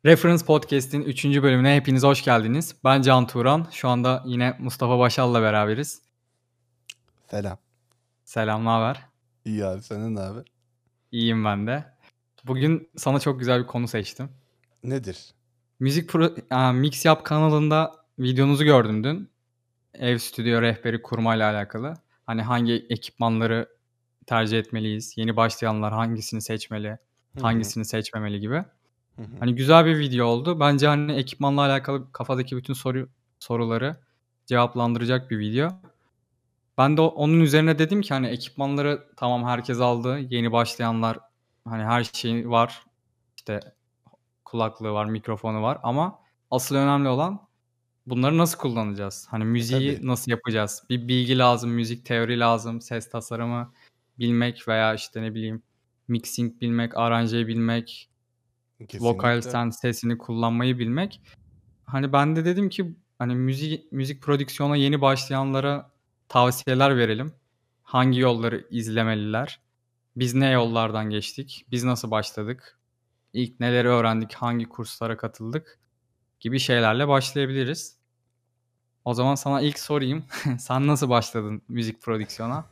Reference Podcast'in 3. bölümüne hepiniz hoş geldiniz. Ben Can Turan. Şu anda yine Mustafa Başal'la beraberiz. Selam. Selam, naber? İyi abi, senden ne haber? İyiyim ben de. Bugün sana çok güzel bir konu seçtim. Nedir? Mix Yap kanalında videonuzu gördüm dün. Ev stüdyo rehberi kurmayla alakalı. Hani hangi ekipmanları tercih etmeliyiz? Yeni başlayanlar hangisini seçmeli? Hı hı. Hangisini seçmemeli gibi. Hı hı. Hani güzel bir video oldu. Bence hani ekipmanla alakalı kafadaki bütün soruları cevaplandıracak bir video. Ben de onun üzerine dedim ki hani ekipmanları tamam herkes aldı. Yeni başlayanlar hani her şeyi var. İşte kulaklığı var, mikrofonu var ama asıl önemli olan bunları nasıl kullanacağız? Hani müziği Tabii. nasıl yapacağız? Bir bilgi lazım, müzik teori lazım, ses tasarımı bilmek veya işte ne bileyim mixing bilmek, aranjeyi bilmek, vokal Kesinlikle. sen sesini kullanmayı bilmek. Hani ben de dedim ki hani müzik prodüksiyona yeni başlayanlara tavsiyeler verelim. Hangi yolları izlemeliler? Biz ne yollardan geçtik? Biz nasıl başladık? İlk neleri öğrendik? Hangi kurslara katıldık? Gibi şeylerle başlayabiliriz. O zaman sana ilk sorayım. Sen nasıl başladın müzik prodüksiyona?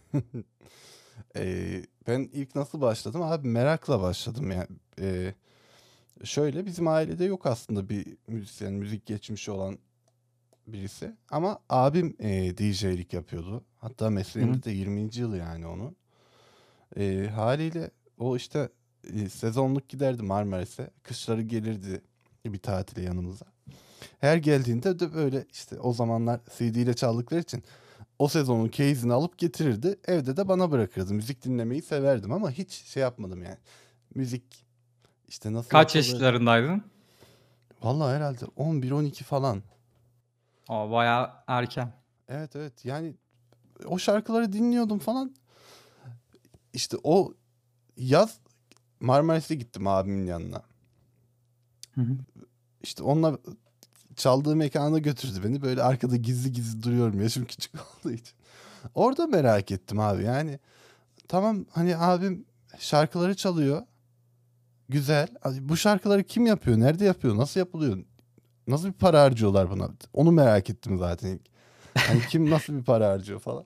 Ben ilk nasıl başladım? Abi merakla başladım yani. Şöyle bizim ailede yok aslında bir müzisyen, müzik geçmişi olan birisi. Ama abim DJ'lik yapıyordu. Hatta Hı hı. mesleğinde de 20. yılı yani onun. Haliyle o işte sezonluk giderdi Marmaris'e. Kışları gelirdi bir tatile yanımıza. Her geldiğinde de böyle işte o zamanlar CD ile çaldıkları için o sezonun case'ini alıp getirirdi. Evde de bana bırakırdı. Müzik dinlemeyi severdim ama hiç şey yapmadım yani. Müzik işte nasıl Kaç yapılır? yaşlarındaydın? Vallahi herhalde 11-12 falan. O bayağı erken. Evet evet yani o şarkıları dinliyordum falan. İşte o yaz Marmaris'e gittim abimin yanına. Hı hı. İşte onunla çaldığı mekana götürdü beni. Böyle arkada gizli gizli duruyorum yaşım küçük olduğu için. Orada merak ettim abi yani. Tamam hani abim şarkıları çalıyor. Güzel. Bu şarkıları kim yapıyor? Nerede yapıyor? Nasıl yapılıyor? Nasıl bir para harcıyorlar buna? Onu merak ettim zaten ilk. Hani kim nasıl bir para harcıyor falan.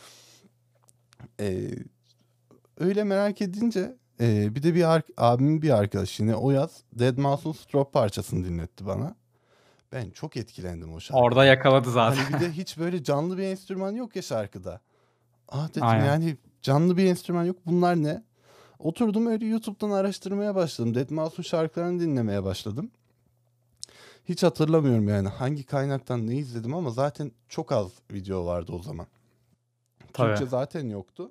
Ee, Öyle merak edince bir de abimin bir arkadaşı yine o yaz Deadmau5'un Strop parçasını dinletti bana. Ben çok etkilendim o Orada şarkıdan. yakaladı Hani bir zaten. de hiç böyle canlı bir enstrüman yok ya şarkıda. Ah dedim Aynen. yani canlı bir enstrüman yok. Bunlar ne? Oturdum öyle YouTube'dan araştırmaya başladım. Deadmau5'un şarkılarını dinlemeye başladım. Hiç hatırlamıyorum yani hangi kaynaktan ne izledim ama zaten çok az video vardı o zaman. Tabii. Türkçe zaten yoktu.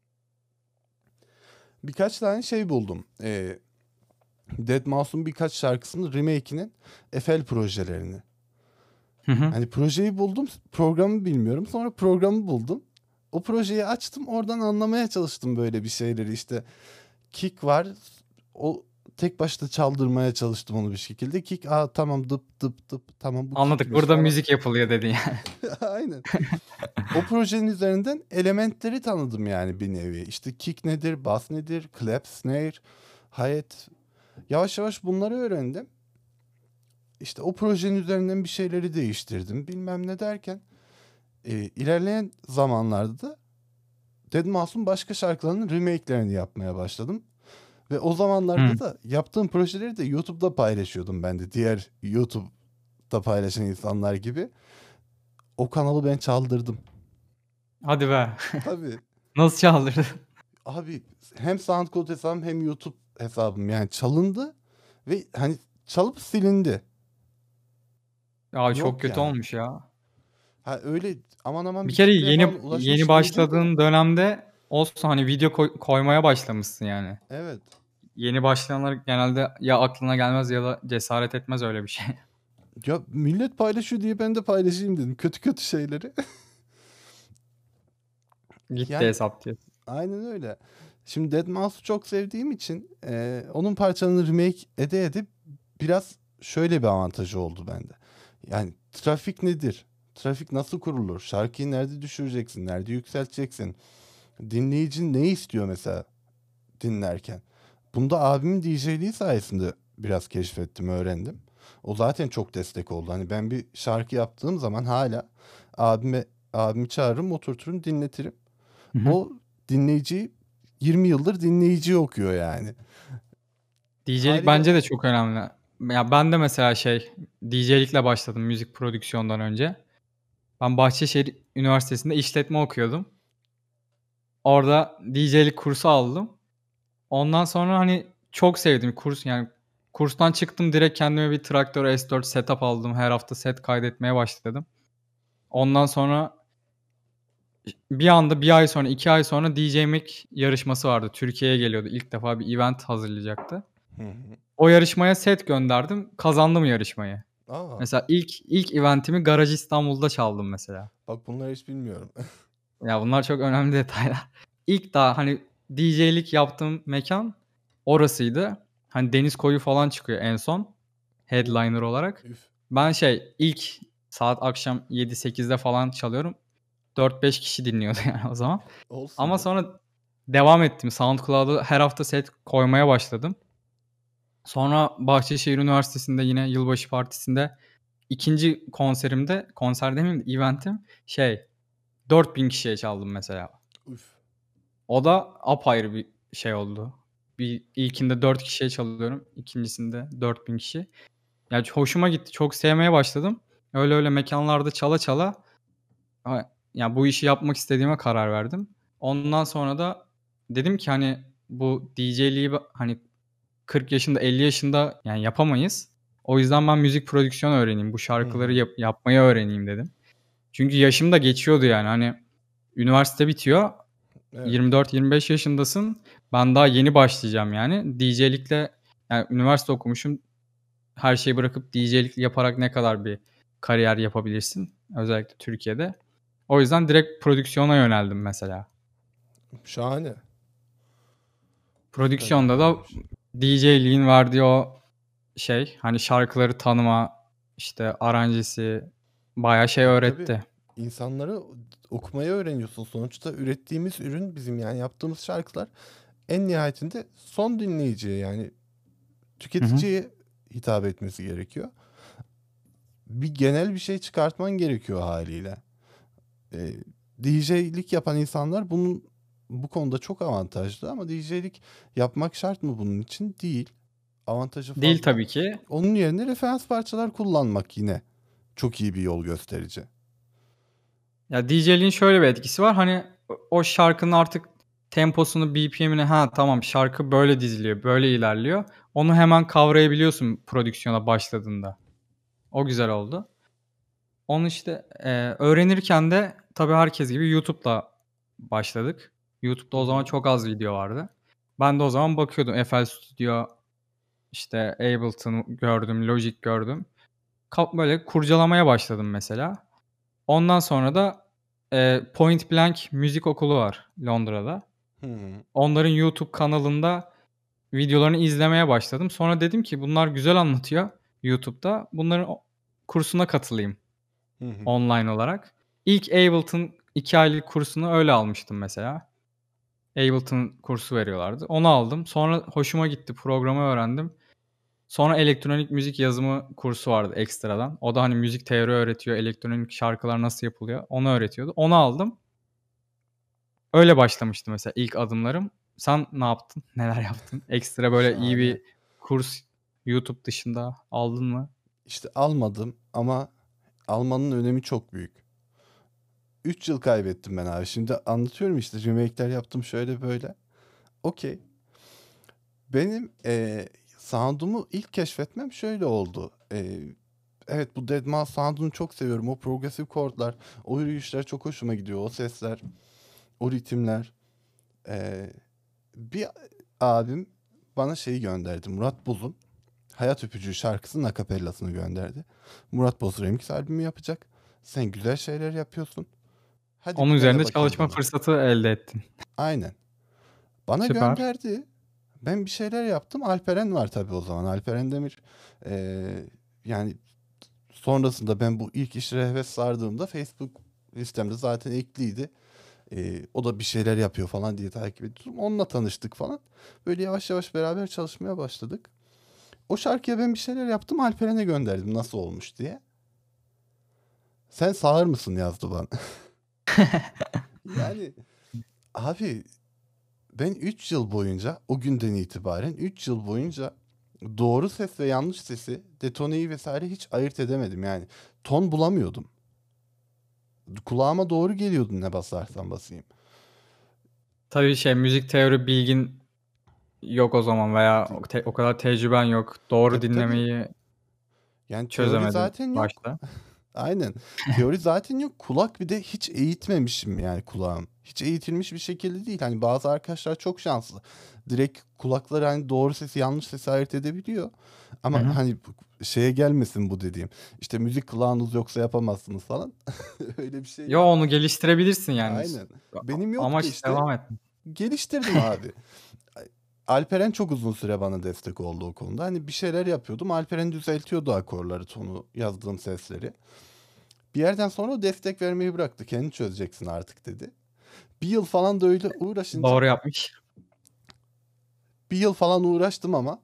Birkaç tane şey buldum. Deadmau5'un birkaç şarkısının remake'inin FL projelerini. Hı hı. Hani projeyi buldum, programı bilmiyorum. Sonra programı buldum. O projeyi açtım, oradan anlamaya çalıştım böyle bir şeyleri. İşte kick var, o tek başına çaldırmaya çalıştım onu bir şekilde. Kick, tamam dıp dıp dıp, tamam bu Anladık. kickmiş Burada falan. müzik yapılıyor dedin yani. Aynen. O projenin üzerinden elementleri tanıdım yani bir nevi. İşte kick nedir, bass nedir, clap, snare, hi-hat. Yavaş yavaş bunları öğrendim. İşte o projenin üzerinden bir şeyleri değiştirdim. Bilmem ne derken ilerleyen zamanlarda da Deadmau5'un başka şarkılarının remake'lerini yapmaya başladım. Ve o Hıı. zamanlarda da yaptığım projeleri de YouTube'da paylaşıyordum ben de. Diğer YouTube'da paylaşan insanlar gibi. O kanalı ben çaldırdım. Hadi be! Tabii. Nasıl çaldırdın? Abi hem SoundCloud hesabım hem YouTube hesabım yani çalındı. Ve hani çalıp silindi. Ya, çok Yok kötü yani. olmuş ya. Ha öyle aman aman Bir bir kere kitleye yeni falan yeni ulaşmış değildim de. başladığın dönemde olsa, hani, video koymaya başlamışsın yani. Evet. Yeni başlayanlar genelde ya aklına gelmez ya da cesaret etmez öyle bir şey. Ya millet paylaşıyor diye ben de paylaşayım dedim. Kötü kötü şeyleri. Gitti Yani hesap diye. aynen öyle. Şimdi Deadmau5'u çok sevdiğim için onun parçalarını remake ede biraz şöyle bir avantajı oldu bende. Yani trafik nedir? Trafik nasıl kurulur? Şarkıyı nerede düşüreceksin? Nerede yükselteceksin? Dinleyici ne istiyor mesela dinlerken? Bunda abimin DJ'liği sayesinde biraz keşfettim, öğrendim. O zaten çok destek oldu. Hani ben bir şarkı yaptığım zaman hala abimi çağırırım, oturturum, dinletirim. Hı hı. O dinleyiciyi 20 yıldır dinleyiciyi okuyor yani. DJ'lik Haliyle bence de o çok önemli. Ya ben de mesela DJ'likle başladım müzik prodüksiyondan önce. Ben Bahçeşehir Üniversitesi'nde işletme okuyordum. Orada DJ'lik kursu aldım. Ondan sonra, hani, çok sevdim yani kurstan çıktım direkt kendime bir Traktor S4 setup aldım. Her hafta set kaydetmeye başladım. Ondan sonra bir anda 1 ay sonra, 2 ay sonra DJ Mag yarışması vardı. Türkiye'ye geliyordu. İlk defa bir event hazırlayacaktı. Hı hı. O yarışmaya set gönderdim. Kazandım yarışmayı. A! Mesela ilk event'imi Garaj İstanbul'da çaldım mesela. Bak bunları hiç bilmiyorum. Ya, bunlar çok önemli detaylar. İlk daha, hani, DJ'lik yaptığım mekân orasıydı. Hani, Deniz Koyu falan çıkıyor en son O! headliner olarak. Üf! Ben ilk saat akşam 7-8'de falan çalıyorum. 4-5 kişi dinliyordu yani o zaman. Olsun Ama be. sonra devam ettim. SoundCloud'a her hafta set koymaya başladım. Sonra Bahçeşehir Üniversitesi'nde yine yılbaşı partisinde 2'nci konser demeyeyim de event'im 4.000 kişiye çaldım mesela. Üf! O da apayrı bir oldu. İlkinde 4 kişiye çalıyorum, ikincisinde 4.000 kişi. Ya, hoşuma gitti, çok sevmeye başladım. Öyle öyle mekânlarda çala çala ya, bu işi yapmak istediğime karar verdim. Ondan sonra da dedim ki, hani, bu DJ'liği hani, 40 yaşında, 50 yaşında, yani, yapamayız. O yüzden ben müzik prodüksiyonu öğreneyim, bu Hı şarkıları hı. yapmayı öğreneyim dedim. Çünkü yaşım da geçiyordu yani, hani, üniversite bitiyor, Evet. 24-25 yaşındasın. Ben daha yeni başlayacağım yani. DJ'likle yani üniversite okumuşum. Her şeyi bırakıp DJ'lik yaparak ne kadar bir kariyer yapabilirsin özellikle Türkiye'de. O yüzden direkt prodüksiyona yöneldim mesela. Şahane. Süper Prodüksiyonda da ilerlemiş. DJ'liğin verdiği o hani şarkıları tanıma, işte aranjesi bayağı Tabii, tabii. öğretti. İnsanları okumayı öğreniyorsun. Sonuçta ürettiğimiz ürün bizim, yani yaptığımız şarkılar en nihayetinde son dinleyiciye, yani Hı hı. tüketiciye hitap etmesi gerekiyor. Bir genel bir şey çıkartman gerekiyor haliyle. Eee, DJ'lik yapan insanlar bu konuda çok avantajlı, ama DJ'lik yapmak şart mı bunun için? Değil. Avantajı Değil fazla. tabii ki. Onun yerine referans parçalar kullanmak yine çok iyi bir yol gösterici. Ya, DJ'liğin şöyle bir etkisi var, hani, o şarkının artık temposunu, BPM'ini, ha, tamam şarkı böyle diziliyor, böyle ilerliyor. Onu hemen kavrayabiliyorsun prodüksiyona başladığında. O güzel oldu. Onu, öğrenirken de tabii herkes gibi YouTube'la başladık. YouTube'da Hı o zaman hı. çok az video vardı. Ben de o zaman bakıyordum. FL Studio, Ableton gördüm, Logic gördüm. Böyle kurcalamaya başladım mesela. Ondan sonra da, Point Blank müzik okulu var Londra'da. Hı hı. Onların YouTube kanalında videolarını izlemeye başladım. Sonra dedim ki bunlar güzel anlatıyor YouTube'da. Bunların kursuna katılayım Hı hı. online olarak. İlk Ableton 2 aylık kursunu öyle almıştım mesela. Ableton kursu veriyorlardı. Onu aldım. Sonra hoşuma gitti. Programı öğrendim. Sonra elektronik müzik yazımı kursu vardı ekstradan. O da, hani, müzik teori öğretiyor, elektronik şarkılar nasıl yapılıyor onu öğretiyordu. Onu aldım. Öyle başlamıştı mesela ilk adımlarım. Sen ne yaptın? Neler yaptın? Ekstra böyle iyi Şahane. bir kurs YouTube dışında aldın mı? İşte almadım, ama almanın önemi çok büyük. 3 yıl kaybettim ben abi. Şimdi anlatıyorum işte, remake'ler yaptım şöyle böyle. Okey. Benim sound'umu ilk keşfetmem şöyle oldu. Evet, bu deadmau sound'unu çok seviyorum. O progresif chord'lar, o yürüyüşler çok hoşuma gidiyor. O sesler, o ritimler. Eee, Bir abim bana şeyi gönderdi. Murat Boz'un Hayat Öpücüğü şarkısının akapellasını gönderdi. Murat Boz remix albümü yapacak. Sen güzel şeyler yapıyorsun. Hadi Onun bir dene üzerinde bakayım çalışma bunu. fırsatı elde ettin. Aynen. Bana Süper. gönderdi. Ben bir şeyler yaptım. Alperen var tabii o zaman. Alperen Demir, yani sonrasında ben bu ilk işe heves sardığımda Facebook listemde zaten ekliydi. O da bir şeyler yapıyor falan diye takip ediyordum. Onunla tanıştık falan. Böyle yavaş yavaş beraber çalışmaya başladık. O şarkıya ben bir şeyler yaptım, Alperen'e gönderdim nasıl olmuş diye. Sen sağır mısın yazdı bana. Yani abi ben 3 yıl boyunca, o günden itibaren 3 yıl boyunca doğru ses ve yanlış sesi, detoneyi vesaire hiç ayırt edemedim yani. Ton bulamıyordum. Kulağıma doğru geliyordu ne basarsam basayım. Tabii müzik teori bilgin yok o zaman veya o kadar tecrüben yok. Doğru Tabii. dinlemeyi Yani teori çözemedin zaten yok. başta. Aynen. Teori zaten yok. Kulak bir de hiç eğitmemişim yani kulağım. Hiç eğitilmiş bir şekilde değil. Hani bazı arkadaşlar çok şanslı. Direkt kulakları hani doğru sesi yanlış sesi ayırt edebiliyor. Hı Ama hı. hani şeye gelmesin bu dediğim. İşte müzik kulağınız yoksa yapamazsınız falan. Öyle bir şey Yo, yok. onu geliştirebilirsin yani. Aynen. Benim yoktu Amaç işte. devam et. Geliştirdim abi. Alperen çok uzun süre bana destek oldu o konuda. Hani bir şeyler yapıyordum. Alperen düzeltiyordu akorları, tonu, yazdığım sesleri. Bir yerden sonra o destek vermeyi bıraktı. Kendi çözeceksin artık dedi. Bir yıl falan da öyle uğraşınca, Doğru yapmış. bir yıl falan uğraştım ama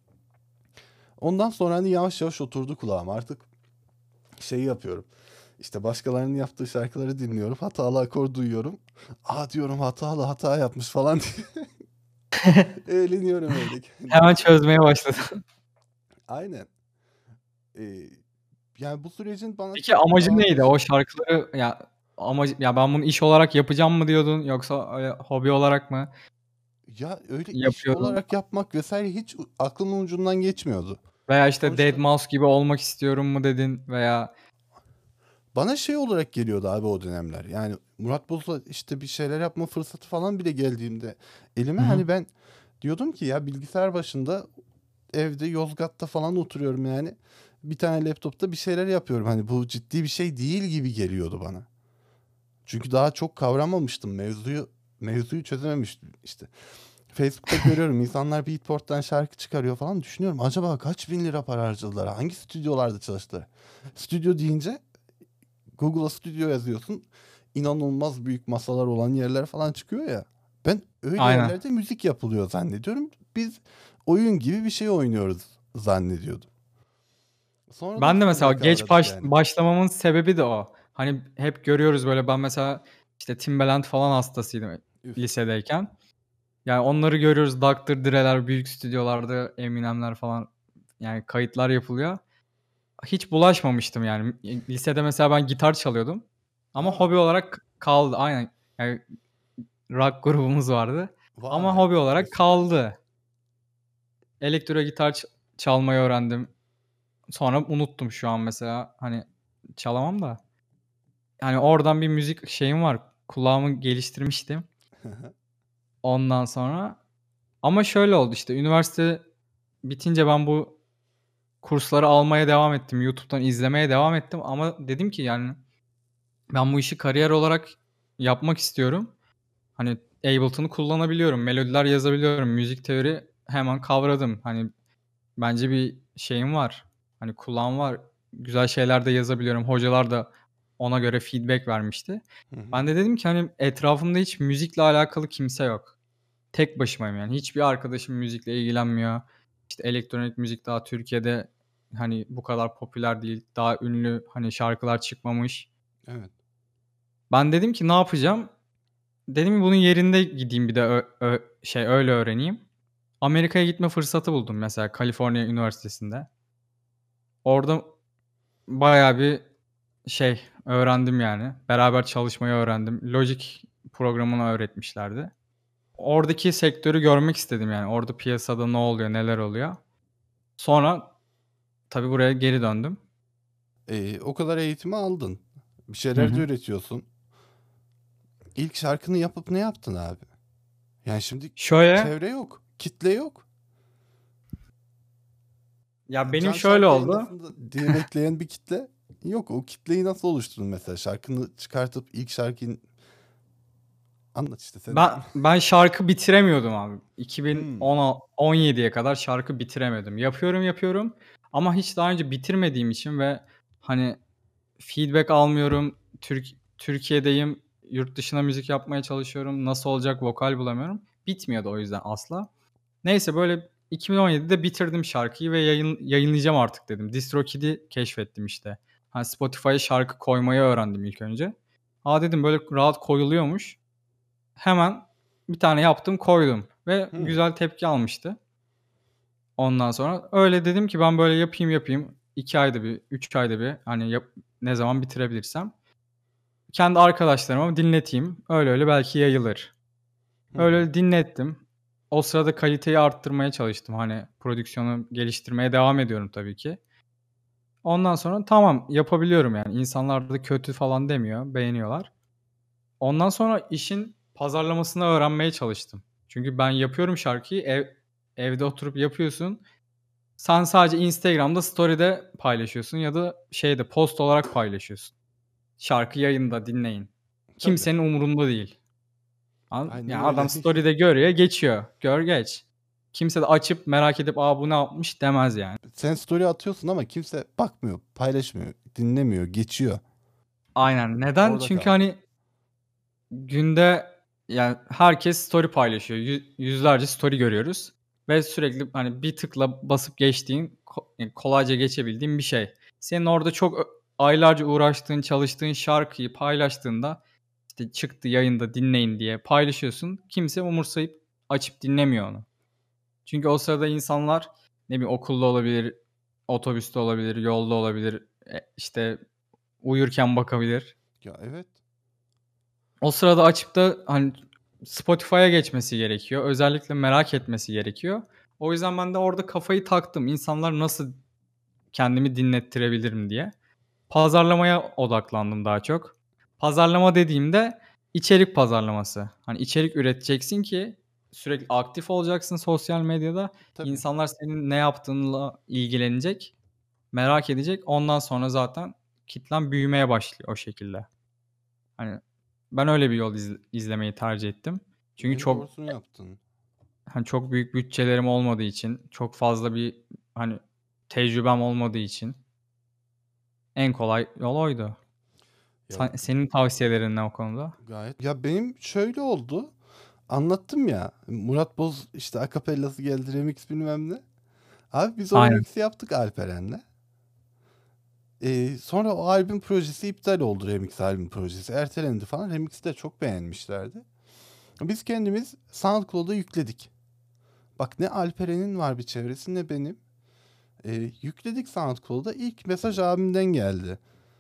ondan sonra hani yavaş yavaş oturdu kulağıma. Artık şeyi yapıyorum. İşte başkalarının yaptığı şarkıları dinliyorum. Hatalı akor duyuyorum. Aa diyorum hata yapmış falan diye. Eğleniyorum öyle kendime. Hemen çözmeye başladın. Aynen. Ee, Yani bu sürecin bana Peki çok büyük amacın neydi? avantajı. O şarkıları ya ben bunu iş olarak yapacağım mı diyordun yoksa öyle hobi olarak mı Ya öyle iş yapıyordun? olarak yapmak vesaire hiç aklımın ucundan geçmiyordu. Veya işte Sonuçta Deadmau5 gibi olmak istiyorum mu dedin veya bana şey olarak geliyordu abi o dönemler. Yani Murat Boz'la işte bir şeyler yapma fırsatı falan bile geldiğimde elime, Hı hı. hani ben diyordum ki ya bilgisayar başında evde Yozgat'ta falan oturuyorum yani. Bir tane laptopta bir şeyler yapıyorum. Hani bu ciddi bir şey değil gibi geliyordu bana. Çünkü daha çok kavramamıştım mevzuyu çözememiştim işte. Facebook'ta görüyorum insanlar Beatport'tan şarkı çıkarıyor falan, düşünüyorum acaba kaç bin lira para harcadılar? Hangi stüdyolarda çalıştılar? Stüdyo deyince Google'a stüdyo yazıyorsun. İnanılmaz büyük masalar olan yerler falan çıkıyor ya. Ben öyle Aynen. yerlerde müzik yapılıyor zannediyorum. Biz oyun gibi bir şey oynuyoruz zannediyordum. Sonradan Ben de mesela sonraya geç kavradık yani. başlamamın sebebi de o. Hani hep görüyoruz böyle, ben mesela işte Timbaland falan hastasıydım Üf. lisedeyken. Yani onları görüyoruz, Dr. Dre'ler büyük stüdyolarda, Eminem'ler falan, yani kayıtlar yapılıyor. Hiç bulaşmamıştım yani. Lisede mesela ben gitar çalıyordum ama Aa, hobi olarak kaldı. Aynen. Yani rock grubumuz vardı ama vay hobi olarak respect. kaldı. Elektro gitar çalmayı öğrendim. Sonra unuttum şu an mesela. Hani çalamam da. Yani oradan bir müzik şeyim var. Kulağımı geliştirmiştim ondan sonra. Ama şöyle oldu işte, üniversite bitince ben bu kursları almaya devam ettim. YouTube'dan izlemeye devam ettim ama dedim ki yani ben bu işi kariyer olarak yapmak istiyorum. Hani Ableton'u kullanabiliyorum, melodiler yazabiliyorum, müzik teori hemen kavradım. Hani bence bir şeyim var, hani kulağım var, güzel şeyler de yazabiliyorum. Hocalar da ona göre feedback vermişti. Hı hı. Ben de dedim ki hani etrafımda hiç müzikle alakalı kimse yok. Tek başımayım yani. Hiçbir arkadaşım müzikle ilgilenmiyor. İşte elektronik müzik daha Türkiye'de hani bu kadar popüler değil. Daha ünlü hani şarkılar çıkmamış. Evet. Ben dedim ki ne yapacağım? Dedim ki bunun yerinde gideyim bir de öyle öğreneyim. Amerika'ya gitme fırsatı buldum mesela Kaliforniya Üniversitesi'nde. Orada bayağı bir öğrendim yani. Beraber çalışmayı öğrendim. Logic programını öğretmişlerdi. Oradaki sektörü görmek istedim yani. Orada piyasada ne oluyor, neler oluyor. Sonra tabii buraya geri döndüm. O kadar eğitimi aldın. Bir Hı şeyler de hı. üretiyorsun. İlk şarkını yapıp ne yaptın abi? Yani şimdi Şöyle, çevre yok. Kitle yok. ya benim Can şöyle şarkı oldu. yayınlasın diye bekleyen bir kitle yok. O kitleyi nasıl oluşturdun mesela? Şarkını çıkartıp ilk şarkını anlat işte sen. Ben şarkı bitiremiyordum abi. Hmm. 2017'ye kadar şarkı bitiremiyordum. Yapıyorum ama hiç daha önce bitirmediğim için ve hani feedback almıyorum. Türkiye'deyim, yurt dışına müzik yapmaya çalışıyorum. Nasıl olacak, vokal bulamıyorum. Bitmiyordu o yüzden asla. Neyse böyle 2017'de bitirdim şarkıyı ve yayınlayacağım artık dedim. DistroKid'i keşfettim işte. Hani Spotify'a şarkı koymayı öğrendim ilk önce. Dedim böyle rahat koyuluyormuş. Hemen bir tane yaptım, koydum ve güzel tepki almıştı. Ondan sonra öyle dedim ki ben böyle yapayım. 2 ayda bir, 3 ayda bir hani ne zaman bitirebilirsem kendi arkadaşlarıma dinleteyim. Öyle belki yayılır. Öyle dinlettim. O sırada kaliteyi arttırmaya çalıştım. Hani prodüksiyonu geliştirmeye devam ediyorum tabii ki. Ondan sonra tamam yapabiliyorum yani. İnsanlar da kötü falan demiyor, beğeniyorlar. Ondan sonra işin pazarlamasını öğrenmeye çalıştım. Çünkü ben yapıyorum şarkıyı, evde oturup yapıyorsun. Sen sadece Instagram'da story'de paylaşıyorsun ya da post olarak paylaşıyorsun. Şarkı yayında, dinleyin. Tabii. Kimsenin umurunda değil. Aynen Yani öyle. adam story'de görüyor, geçiyor. Gör geç. Kimse de açıp merak edip bu ne yapmış demez yani. Sen story atıyorsun ama kimse bakmıyor, paylaşmıyor, dinlemiyor, geçiyor. Aynen. Neden? Orada Çünkü kaldı. hani günde yani herkes story paylaşıyor. Yüzlerce story görüyoruz ve sürekli hani bir tıkla basıp geçtiğin, yani kolayca geçebildiğin bir şey. Senin orada çok aylarca uğraştığın, çalıştığın şarkıyı paylaştığında işte çıktı yayında dinleyin diye paylaşıyorsun. Kimse umursayıp açıp dinlemiyor onu. Çünkü o sırada insanlar ne bileyim okulda olabilir, otobüste olabilir, yolda olabilir, işte uyurken bakabilir. Ya evet. O sırada açıp da hani Spotify'a geçmesi gerekiyor. Özellikle merak etmesi gerekiyor. O yüzden ben de orada kafayı taktım. İnsanlar nasıl kendimi dinlettirebilirim diye. Pazarlamaya odaklandım daha çok. Pazarlama dediğimde içerik pazarlaması. Hani içerik üreteceksin ki sürekli aktif olacaksın sosyal medyada. Tabii. İnsanlar senin ne yaptığınla ilgilenecek, merak edecek. Ondan sonra zaten kitlen büyümeye başlıyor o şekilde. Hani ben öyle bir yol izlemeyi tercih ettim. Çünkü En doğrusunu yaptın. hani çok büyük bütçelerim olmadığı için, çok fazla bir hani tecrübem olmadığı için en kolay yol oydu. Ya Senin tavsiyelerin ne o konuda? gayet. Ya benim şöyle oldu. Anlattım ya. Murat Boz işte akapellası geldi, remix bilmem ne. Abi biz o Aynen. remix'i yaptık Alperen'le. Sonra o albüm projesi iptal oldu, remix albüm projesi. Ertelendi falan. Remix'i de çok beğenmişlerdi. Biz kendimiz SoundCloud'a yükledik. Bak ne Alperen'in var bir çevresi ne benim. Yükledik SoundCloud'a. İlk mesaj abimden geldi.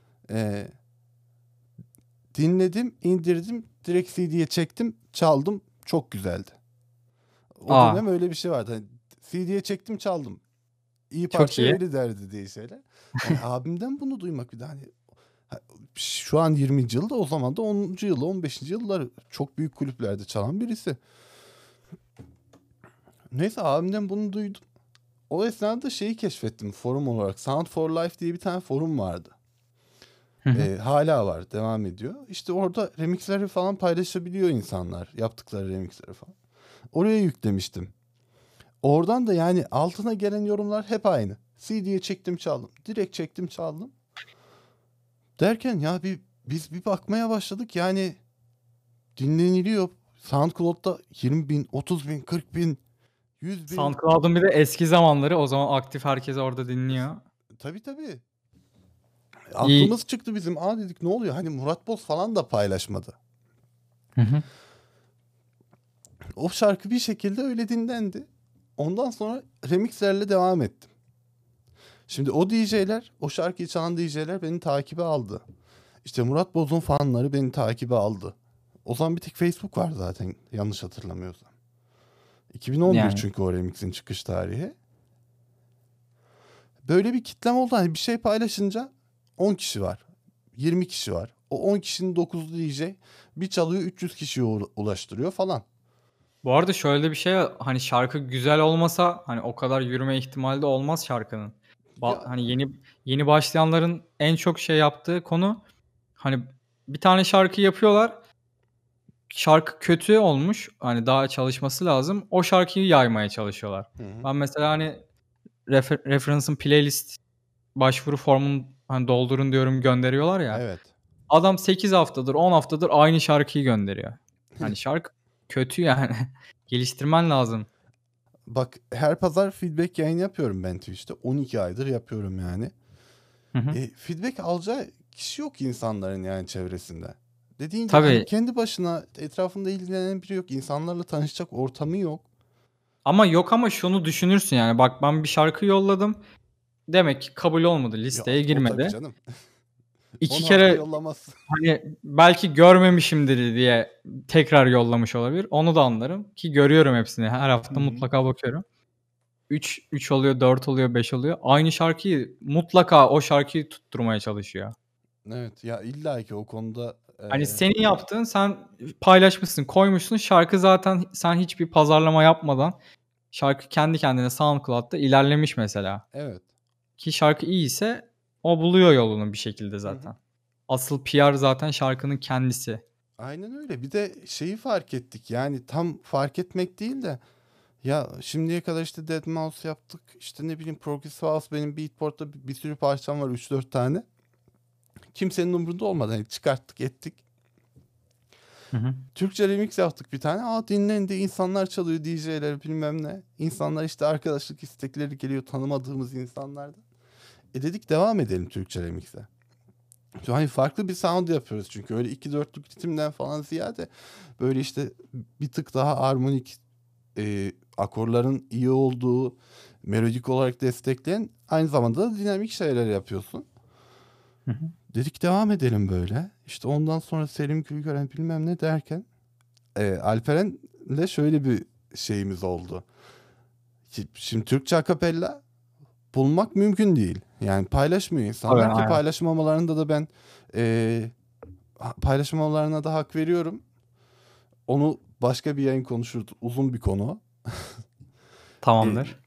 Dinledim, indirdim, direkt CD'ye çektim, çaldım. Çok güzeldi. O dönem öyle bir şey vardı. Hani CD'ye çektim, çaldım. İyi Çok parça iyi. öyle derdi diye şeyler. Yani abimden bunu duymak bir de hani şu an 20. yılda, o zaman da 10. yılı 15. yıllar çok büyük kulüplerde çalan birisi. Neyse abimden bunu duydum. O esnada şeyi keşfettim forum olarak. Sound for Life diye bir tane forum vardı. Hı hı. Hala var, devam ediyor. İşte orada remixleri falan paylaşabiliyor insanlar. Yaptıkları remixleri falan. Oraya yüklemiştim. Oradan da yani altına gelen yorumlar hep aynı. CD'ye çektim çaldım. Direkt çektim çaldım. Derken ya biz bir bakmaya başladık. Yani dinleniliyor. SoundCloud'da 20 bin, 30 bin, 40 bin, 100 bin. SoundCloud'un bir de eski zamanları, o zaman aktif herkes orada dinliyor. Tabii. İyi. Aklımız çıktı bizim. Dedik ne oluyor? Hani Murat Boz falan da paylaşmadı. Hı hı. O şarkı bir şekilde öyle dinlendi. Ondan sonra remixlerle devam ettim. Şimdi o DJ'ler, o şarkıyı çalan DJ'ler beni takibe aldı. İşte Murat Boz'un fanları beni takibe aldı. O zaman bir tek Facebook var zaten, yanlış hatırlamıyorsam. 2011 Yani çünkü o remix'in çıkış tarihi. Böyle bir kitlem oldu. Hani bir şey paylaşınca 10 kişi var. 20 kişi var. O 10 kişinin 9'u DJ. Bir çalıyor 300 kişiye ulaştırıyor falan. bu arada şöyle bir şey var, hani şarkı güzel olmasa hani o kadar yürüme ihtimali de olmaz şarkının. Ya Hani yeni başlayanların en çok yaptığı konu, hani bir tane şarkı yapıyorlar. Şarkı kötü olmuş. Hani daha çalışması lazım. O şarkıyı yaymaya çalışıyorlar. hı hı. Ben mesela hani reference'ın playlist başvuru formunu hani doldurun diyorum, gönderiyorlar ya. Evet. Adam 8 haftadır, 10 haftadır aynı şarkıyı gönderiyor. Hani şarkı kötü yani. Geliştirmen lazım. bak her pazar feedback yayını yapıyorum ben Twitch'te. 12 aydır yapıyorum yani. Hı hı. Feedback alacağı kişi yok insanların yani çevresinde. Dediğin gibi hani Tabii kendi başına etrafında ilgilenen biri yok. İnsanlarla tanışacak ortamı yok. ama şunu düşünürsün yani bak ben bir şarkı yolladım. Demek ki kabul olmadı, Ya listeye o tabii girmedi. canım. 2 Onu asla kere yollamaz. hani belki görmemişimdir diye tekrar yollamış olabilir. Onu da anlarım ki görüyorum hepsini. Her Hı hafta hı. mutlaka bakıyorum. 3 oluyor, 4 oluyor, 5 oluyor. Aynı şarkıyı mutlaka o şarkıyı tutturmaya çalışıyor. Evet ya illa ki o konuda Hani senin yaptığın sen paylaşmışsın, koymuşsun. Şarkı zaten sen hiçbir pazarlama yapmadan şarkı kendi kendine SoundCloud'da ilerlemiş mesela. evet. Ki şarkı iyiyse o buluyor yolunu bir şekilde Hı hı. zaten. Asıl PR zaten şarkının kendisi. Aynen öyle. Bir de şeyi fark ettik. Yani tam fark etmek değil de ya şimdiye kadar işte Deadmau5 yaptık. İşte ne bileyim Progressive House benim Beatport'ta bir sürü parçam var 3-4 tane. Kimsenin umurunda olmadan hani çıkarttık ettik. Hı hı. Türkçe remix yaptık bir tane. Aa dinlendi insanlar çalıyor DJ'ler bilmem ne. İnsanlar işte arkadaşlık istekleri geliyor tanımadığımız insanlardan. Dedik devam edelim Türkçe remix'e. Hani farklı bir sound yapıyoruz çünkü öyle 2/4'lük ritimden falan ziyade böyle işte bir tık daha armonik akorların iyi olduğu melodik olarak destekleyen aynı zamanda da dinamik şeyler yapıyorsun. Hı hı. Dedik devam edelim böyle. İşte ondan sonra Selim Gülgören bilmem ne derken Alperen'le şöyle bir şeyimiz oldu. Şimdi Türkçe akapella bulmak mümkün değil. Yani paylaşmıyor Tabii, insanlar ki aynen. paylaşmamalarında da ben e, paylaşmamalarına da hak veriyorum. Onu başka bir yayın konuşuruz. Uzun bir konu. E, Tamamdır.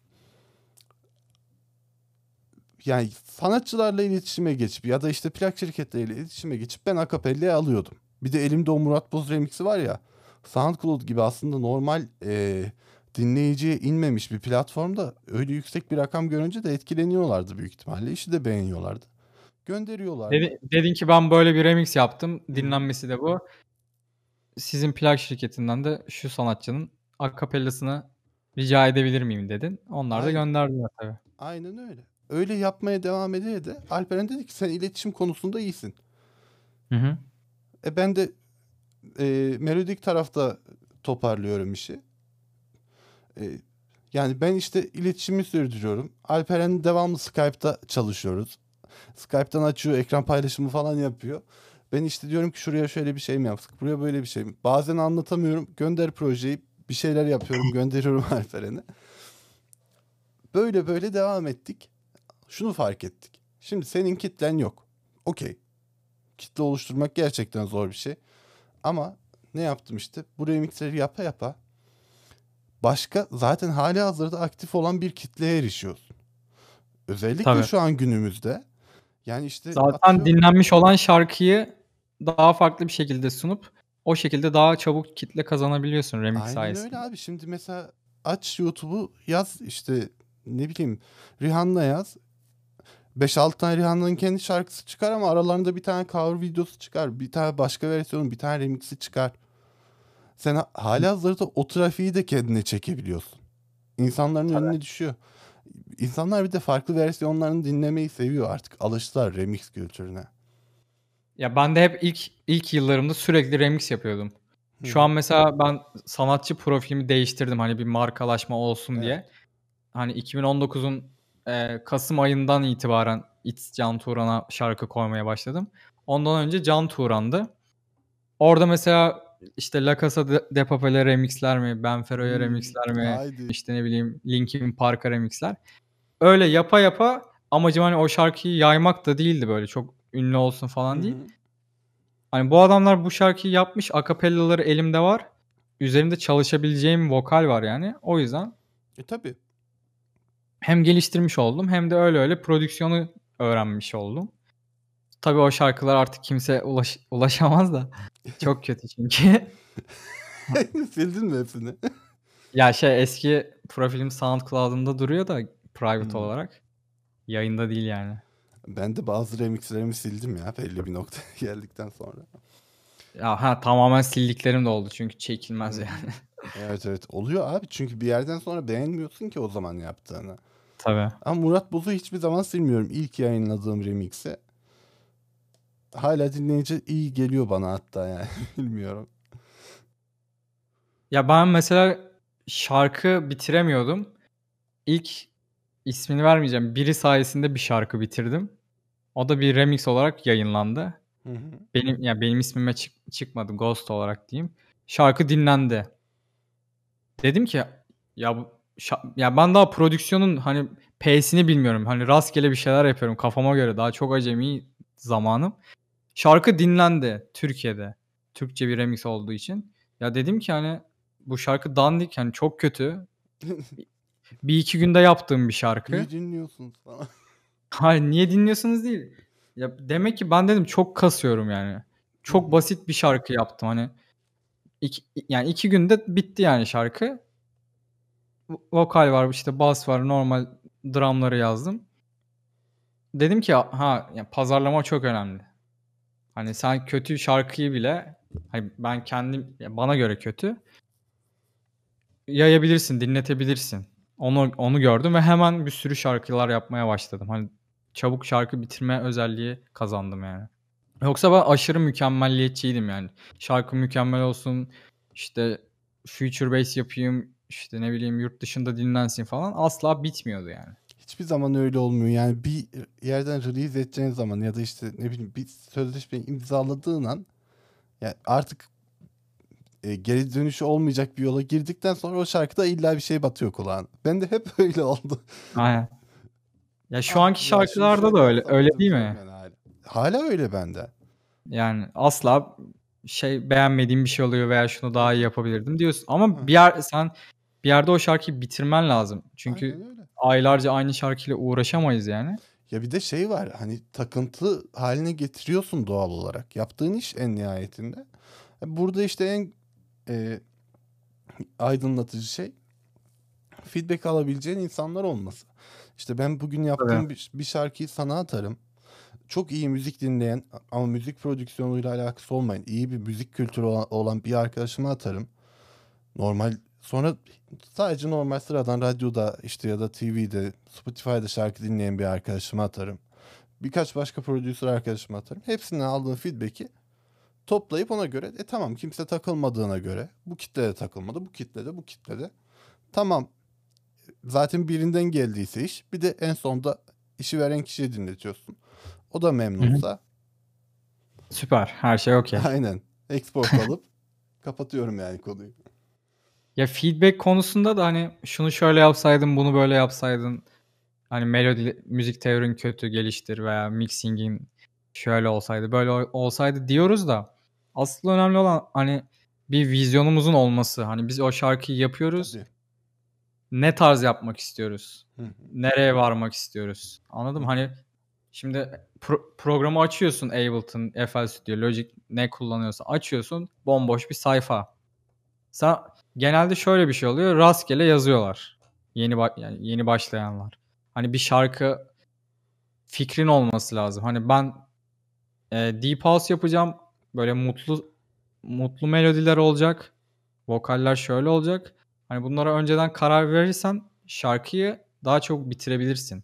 Yani sanatçılarla iletişime geçip ya da işte plak şirketleriyle iletişime geçip ben akapelle'yi alıyordum. Bir de elimde o Murat Boz remix'i var ya. SoundCloud gibi aslında normal dinleyiciye inmemiş bir platformda öyle yüksek bir rakam görünce de etkileniyorlardı büyük ihtimalle. İşi de beğeniyorlardı. Gönderiyorlardı. Dedin ki ben böyle bir remix yaptım. Hı hı. Dinlenmesi de bu. Sizin plak şirketinden de şu sanatçının akapellasını rica edebilir miyim dedin. Onlar da Aynen, gönderdiler tabii. aynen öyle. Öyle yapmaya devam ede de Alperen dedi ki sen iletişim konusunda iyisin. Hı hı. Ben de melodik tarafta toparlıyorum işi. E, Yani ben işte iletişimi sürdürüyorum. Alperen devamlı Skype'ta çalışıyoruz. Skype'tan açıyor, ekran paylaşımı falan yapıyor. Ben işte diyorum ki şuraya şöyle bir şey mi yaptık, buraya böyle bir şey mi? Bazen anlatamıyorum. Gönder projeyi, bir şeyler yapıyorum, gönderiyorum Alperen'e. Böyle böyle devam ettik. Şunu fark ettik. Şimdi senin kitlen yok. Okey. Kitle oluşturmak gerçekten zor bir şey. Ama ne yaptım işte? Bu remixleri yapa yapa başka zaten hali hazırda aktif olan bir kitleye erişiyorsun. Özellikle Tabii. şu an günümüzde yani işte Zaten atıyorum. dinlenmiş olan şarkıyı daha farklı bir şekilde sunup o şekilde daha çabuk kitle kazanabiliyorsun remix Aynen öyle sayesinde. abi. Şimdi mesela aç YouTube'u yaz işte ne bileyim Rihanna yaz. 5-6 tane Rihanna'nın kendi şarkısı çıkar ama aralarında bir tane cover videosu çıkar. Bir tane başka versiyonu, bir tane remix'i çıkar. Sen halihazırda o trafiği de kendine çekebiliyorsun. İnsanların önüne düşüyor. İnsanlar bir de farklı versiyonlarını dinlemeyi seviyor artık. Alıştılar remix kültürüne. Ya ben de hep ilk yıllarımda sürekli remix yapıyordum. Hı Şu an hı. mesela ben sanatçı profilimi değiştirdim hani bir markalaşma olsun Evet. diye. Hani 2019'un kasım ayından itibaren It's Can Turan'a şarkı koymaya başladım. Ondan önce Can Turan'dı. Orada mesela işte La Casa de Papel'e remix'ler mi, Benfero'ya remix'ler mi, Haydi. işte ne bileyim Linkin Park'a remix'ler. Öyle yapa yapa amacım hani o şarkıyı yaymak da değildi böyle çok ünlü olsun Hı falan değil. hı. Hani bu adamlar bu şarkıyı yapmış, akapellaları elimde var. Üzerinde çalışabileceğim vokal var yani. O yüzden Tabii. hem geliştirmiş oldum hem de öyle öyle prodüksiyonu öğrenmiş oldum. Tabii o şarkılar artık kimse ulaşamaz da çok kötü çünkü. Sildin mi hepsini? Ya, eski profilim SoundCloud'umda duruyor da private Hmm. olarak. Yayında değil yani. Ben de bazı remixlerimi sildim ya belli bir noktaya geldikten sonra. Tamamen sildiklerim de oldu çünkü Hı çekilmez hı. yani. Evet evet oluyor abi çünkü bir yerden sonra beğenmiyorsun ki o zaman yaptığını. Tabii. Ama Murat Boz'u hiçbir zaman silmiyorum. İlk yayınladığım remix'i. Hala dinleyince iyi geliyor bana hatta yani. Bilmiyorum. Ya ben mesela şarkı bitiremiyordum. İlk ismini vermeyeceğim. Biri sayesinde bir şarkı bitirdim. O da bir remix olarak yayınlandı. Hı hı. Benim ismime çıkmadı. Ghost olarak diyeyim. Şarkı dinlendi. Dedim ki ya ben daha prodüksiyonun hani P'sini bilmiyorum. Hani rastgele bir şeyler yapıyorum kafama göre. Daha çok acemi zamanım. Şarkı dinlendi Türkiye'de. Türkçe bir remix olduğu için. Ya dedim ki hani bu şarkı dandik hani çok kötü. Bir iki günde yaptığım bir şarkı. Niye dinliyorsunuz falan. Hayır, niye dinliyorsunuz değil. Ya demek ki ben dedim çok kasıyorum yani. Hı Çok hı. basit bir şarkı yaptım hani. Yani 2 günde bitti yani şarkı. Vokal var, işte bas var, normal drum'ları yazdım. Dedim ki ya pazarlama çok önemli. Hani sen kötü şarkıyı bile hani ben kendim bana göre kötü yayabilirsin, dinletebilirsin. Onu gördüm ve hemen bir sürü şarkılar yapmaya başladım. Hani çabuk şarkı bitirme özelliği kazandım yani. Yoksa ben aşırı mükemmelliyetçiydim yani. Şarkı mükemmel olsun, işte future bass yapayım, işte ne bileyim yurt dışında dinlensin falan asla bitmiyordu yani. Hiçbir zaman öyle olmuyor. Yani bir yerden release edeceğin zaman ya da işte ne bileyim bir sözleşme imzaladığın an yani artık geri dönüşü olmayacak bir yola girdikten sonra o şarkıda illa bir şey batıyor kulağına. Ben de hep öyle oldu. Aynen. Ya şu Ah anki ya şunu şarkılarda da şöyle öyle, yapsam öyle dedim değil diyorum mi? yani hala. Hala öyle bende. Yani asla beğenmediğim bir şey oluyor veya şunu Hı daha iyi hı. yapabilirdim diyorsun Hı ama hı. sen bir yerde o şarkıyı bitirmen lazım. Aynen Çünkü öyle. aylarca aynı şarkıyla uğraşamayız yani. Ya bir de şey var hani takıntı haline getiriyorsun doğal olarak. Yaptığın iş en nihayetinde. Burada işte en e, aydınlatıcı şey feedback alabileceğin insanlar olması. İşte ben bugün Tabii. yaptığım bir şarkıyı sana atarım. Çok iyi müzik dinleyen ama müzik prodüksiyonuyla alakası olmayan iyi bir müzik kültürü olan bir arkadaşıma atarım. Normal sonra sadece normal sıradan radyoda işte ya da TV'de Spotify'da şarkı dinleyen bir arkadaşıma atarım. Birkaç başka prodüser arkadaşıma atarım. Hepsinden aldığım feedback'i toplayıp ona göre tamam kimse takılmadığına göre bu kitle de takılmadı bu kitle de bu kitle de tamam zaten birinden geldiyse iş bir de en sonda işi veren kişiye dinletiyorsun. O da Hı hı. memnunsa Süper. Her şey okay. aynen export alıp kapatıyorum yani konuyu. Ya feedback konusunda da hani şunu şöyle yapsaydın, bunu böyle yapsaydın. Hani müzik teorin kötü geliştir veya mixing'in şöyle olsaydı, böyle olsaydı diyoruz da asıl önemli olan hani bir vizyonumuzun olması. Hani biz o şarkıyı yapıyoruz. Tabii. Ne tarz yapmak istiyoruz? Hı hı. Nereye varmak istiyoruz? Hı Anladın mı? hı. Hani şimdi programı açıyorsun Ableton, FL Studio, Logic ne kullanıyorsa açıyorsun bomboş bir sayfa. Sen genelde şöyle bir şey oluyor. Rastgele yazıyorlar. Yani yeni başlayanlar. Hani bir şarkı fikrin olması lazım. Hani ben deep house yapacağım. Böyle mutlu melodiler olacak. Vokaller şöyle olacak. Hani bunlara önceden karar verirsen şarkıyı daha çok bitirebilirsin.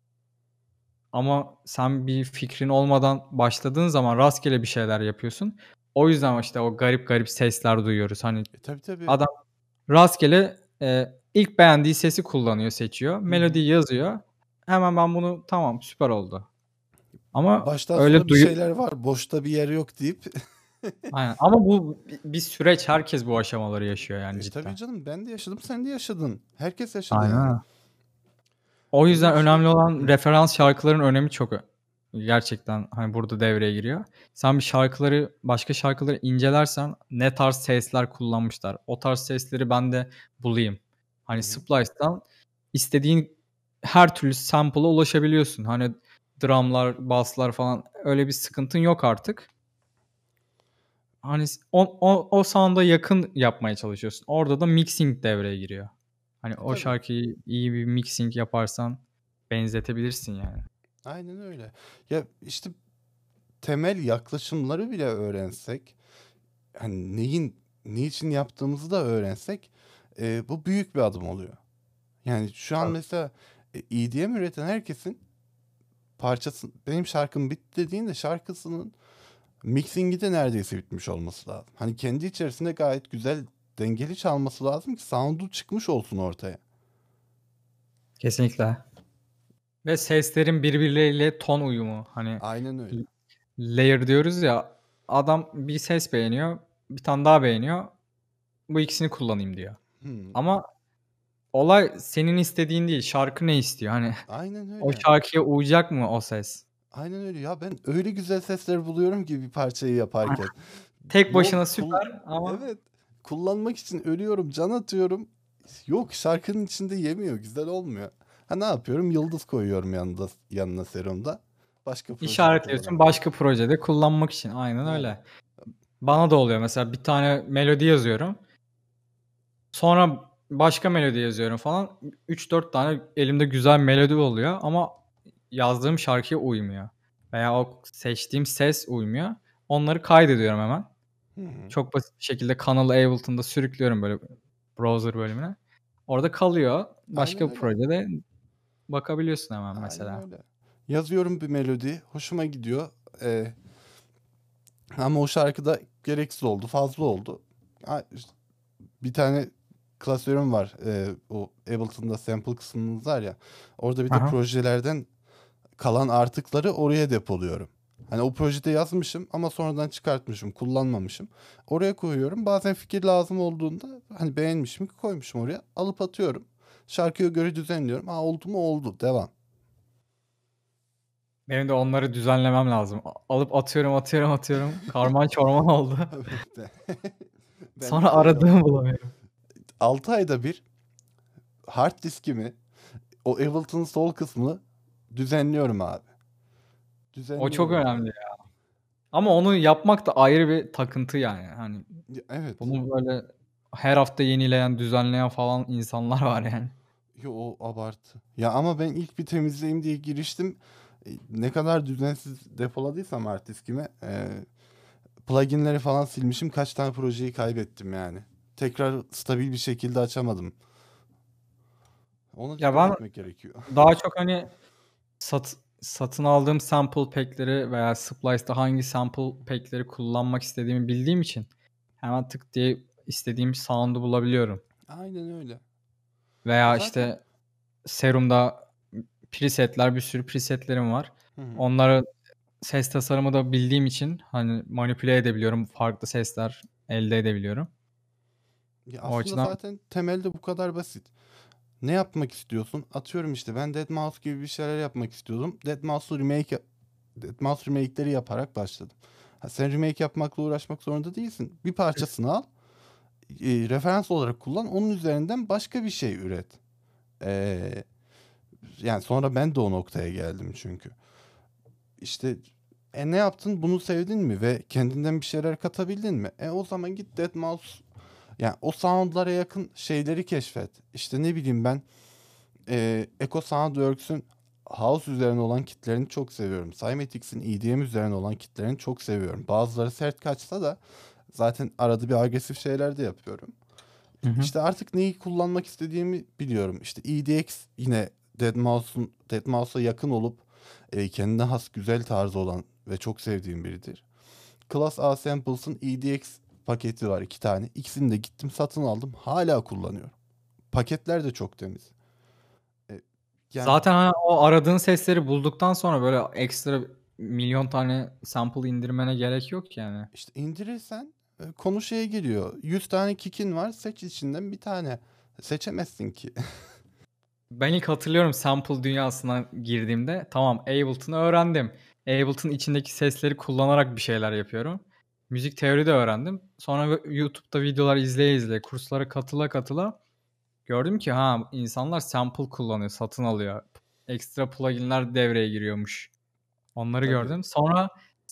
Ama sen bir fikrin olmadan başladığın zaman rastgele bir şeyler yapıyorsun. O yüzden işte o garip garip sesler duyuyoruz. Hani Tabii tabii. adam rastgele, ilk beğendiği sesi kullanıyor, seçiyor. Hı hı. Melodiyi yazıyor. Hemen ben bunu tamam süper oldu. Ama Baştan öyle sona bir şeyler var. Boşta bir yer yok deyip. Aynen ama bu bir süreç. Herkes bu aşamaları yaşıyor yani Tabii cidden. canım ben de yaşadım sen de yaşadın. Herkes yaşadı Aynen yani. öyle. O Bir de yüzden işte önemli olan hı, referans şarkıların önemi çok gerçekten, hani, burada devreye giriyor. Sen başka şarkıları incelersen ne tarz sesler kullanmışlar, o tarz sesleri ben de bulayım. hı Hani, hı. Splice'dan istediğin her türlü sample'a ulaşabiliyorsun. Hani, drum'lar, bass'lar falan öyle bir sıkıntın yok artık. Hani, o sound'a yakın yapmaya çalışıyorsun. Orada da mixing devreye giriyor. Hani, o Tabii. şarkıyı iyi bir mixing yaparsan benzetebilirsin yani. Aynen öyle. Ya işte temel yaklaşımları bile öğrensek hani niçin yaptığımızı da öğrensek bu büyük bir adım oluyor. Yani şu an Tabii. mesela EDM üreten herkesin parçası, benim şarkım bitti dediğinde şarkısının mixingi de neredeyse bitmiş olması lazım. Hani kendi içerisinde gayet güzel dengeli çalması lazım ki sound'u çıkmış olsun ortaya. Kesinlikle. Ve seslerin birbirleriyle ton uyumu. Hani Aynen öyle. l layer diyoruz ya, adam bir ses beğeniyor, bir tane daha beğeniyor. Bu ikisini kullanayım diyor. Hmm, Ama olay senin istediğin değil, şarkı ne istiyor? Hani aynen o öyle. şarkıya uyacak mı o ses? Aynen öyle. Ya ben öyle güzel sesler buluyorum ki bir parçayı yaparken. Tek Yok başına süper ama evet. Kullanmak için ölüyorum, can atıyorum. Yok, şarkının içinde yemiyor, güzel olmuyor. Ha, ne yapıyorum? Yıldız koyuyorum yanına serumda. Başka projede işaretliyorsun kullanamıyorum. başka projede kullanmak için. Aynen Evet. öyle. Bana da oluyor mesela bir tane melodi yazıyorum. Sonra başka melodi yazıyorum falan. 3-4 tane elimde güzel melodi oluyor ama yazdığım şarkıya uymuyor veya o seçtiğim ses uymuyor. Onları kaydediyorum hemen. Hı hı. Çok basit bir şekilde kanalı Ableton'da sürüklüyorum böyle browser bölümüne. Orada kalıyor. Aynen Başka bir öyle. projede bakabiliyorsun hemen Aynen mesela. öyle. Yazıyorum bir melodi, hoşuma gidiyor. Ama o şarkıda gereksiz oldu, fazla oldu. İşte bir tane klasörüm var. O Ableton'da sample kısmımız var ya. Orada bir Hı de hı. projelerden kalan artıkları oraya depoluyorum. Hani o projede yazmışım ama sonradan çıkartmışım, kullanmamışım. Oraya koyuyorum. Bazen fikir lazım olduğunda hani beğenmişim ki koymuşum oraya. Alıp atıyorum. Şarkıya göre düzenliyorum. Ha, oldu mu oldu. Devam. Benim de onları düzenlemem lazım. Alıp atıyorum, atıyorum, atıyorum. Karman çorman oldu. Evet. Ben Sonra de öyle aradığımı oluyor. bulamıyorum. 6 ayda bir hard diskimi, o Ableton sol kısmını düzenliyorum abi. O çok Düzenliyorum. önemli ya. Ama onu yapmak da ayrı bir takıntı yani. Hani Evet. bunu böyle her hafta yenileyen, düzenleyen falan insanlar var yani. Yo, o abartı. Ya ama ben ilk bir temizleyeyim diye giriştim. Ne kadar düzensiz depoladıysam hard diskime pluginleri falan silmişim. Kaç tane projeyi kaybettim yani. Tekrar stabil bir şekilde açamadım. Ona Ya dikkat ben etmek gerekiyor. daha çok hani satın aldığım sample pack'leri veya Splice'da hangi sample pack'leri kullanmak istediğimi bildiğim için hemen tık diye istediğim sound'u bulabiliyorum. Aynen öyle. Ya Veya zaten. işte Serum'da preset'ler, bir sürü preset'lerim var. Hı hı. Onları ses tasarımı da bildiğim için hani manipüle edebiliyorum. Farklı sesler elde edebiliyorum. Ya O aslında açıdan zaten temelde bu kadar basit. Ne yapmak istiyorsun? Atıyorum işte ben Deadmau5 gibi bir şeyler yapmak istiyordum. Deadmau5 remake'leri yaparak başladım. Ha, sen remake yapmakla uğraşmak zorunda değilsin. Bir parçasını al, referans olarak kullan, onun üzerinden başka bir şey üret. E, Yani sonra ben de o noktaya geldim çünkü. İşte ne yaptın? Bunu sevdin mi ve kendinden bir şeyler katabildin mi? O zaman git Deadmau5, yani o soundlara yakın şeyleri keşfet. İşte ne bileyim ben, Echo Soundworks'ün house üzerine olan kitlerini çok seviyorum. Cymatics'in EDM üzerine olan kitlerini çok seviyorum. Bazıları sert kaçsa da zaten arada bir agresif şeyler de yapıyorum. Hı hı. İşte artık neyi kullanmak istediğimi biliyorum. İşte EDX yine Deadmau5'a yakın olup kendine has güzel tarzı olan ve çok sevdiğim biridir. Class A Samples'ın EDX paketi var, 2 tane. İkisini de gittim satın aldım. Hala kullanıyorum. Paketler de çok temiz. E, Yani Zaten, hani, o aradığın sesleri bulduktan sonra böyle ekstra milyon tane sample indirmene gerek yok yani. işte indirirsen konu şeye geliyor. 100 tane kick'in var. Seç içinden bir tane. Seçemezsin ki. Ben ilk hatırlıyorum sample dünyasına girdiğimde tamam Ableton'ı öğrendim. Ableton içindeki sesleri kullanarak bir şeyler yapıyorum. Müzik teori de öğrendim. Sonra YouTube'da videolar izleye izleye, kurslara katıla katıla gördüm ki ha insanlar sample kullanıyor, satın alıyor. Ekstra plugin'ler devreye giriyormuş. Onları Tabii. gördüm. Sonra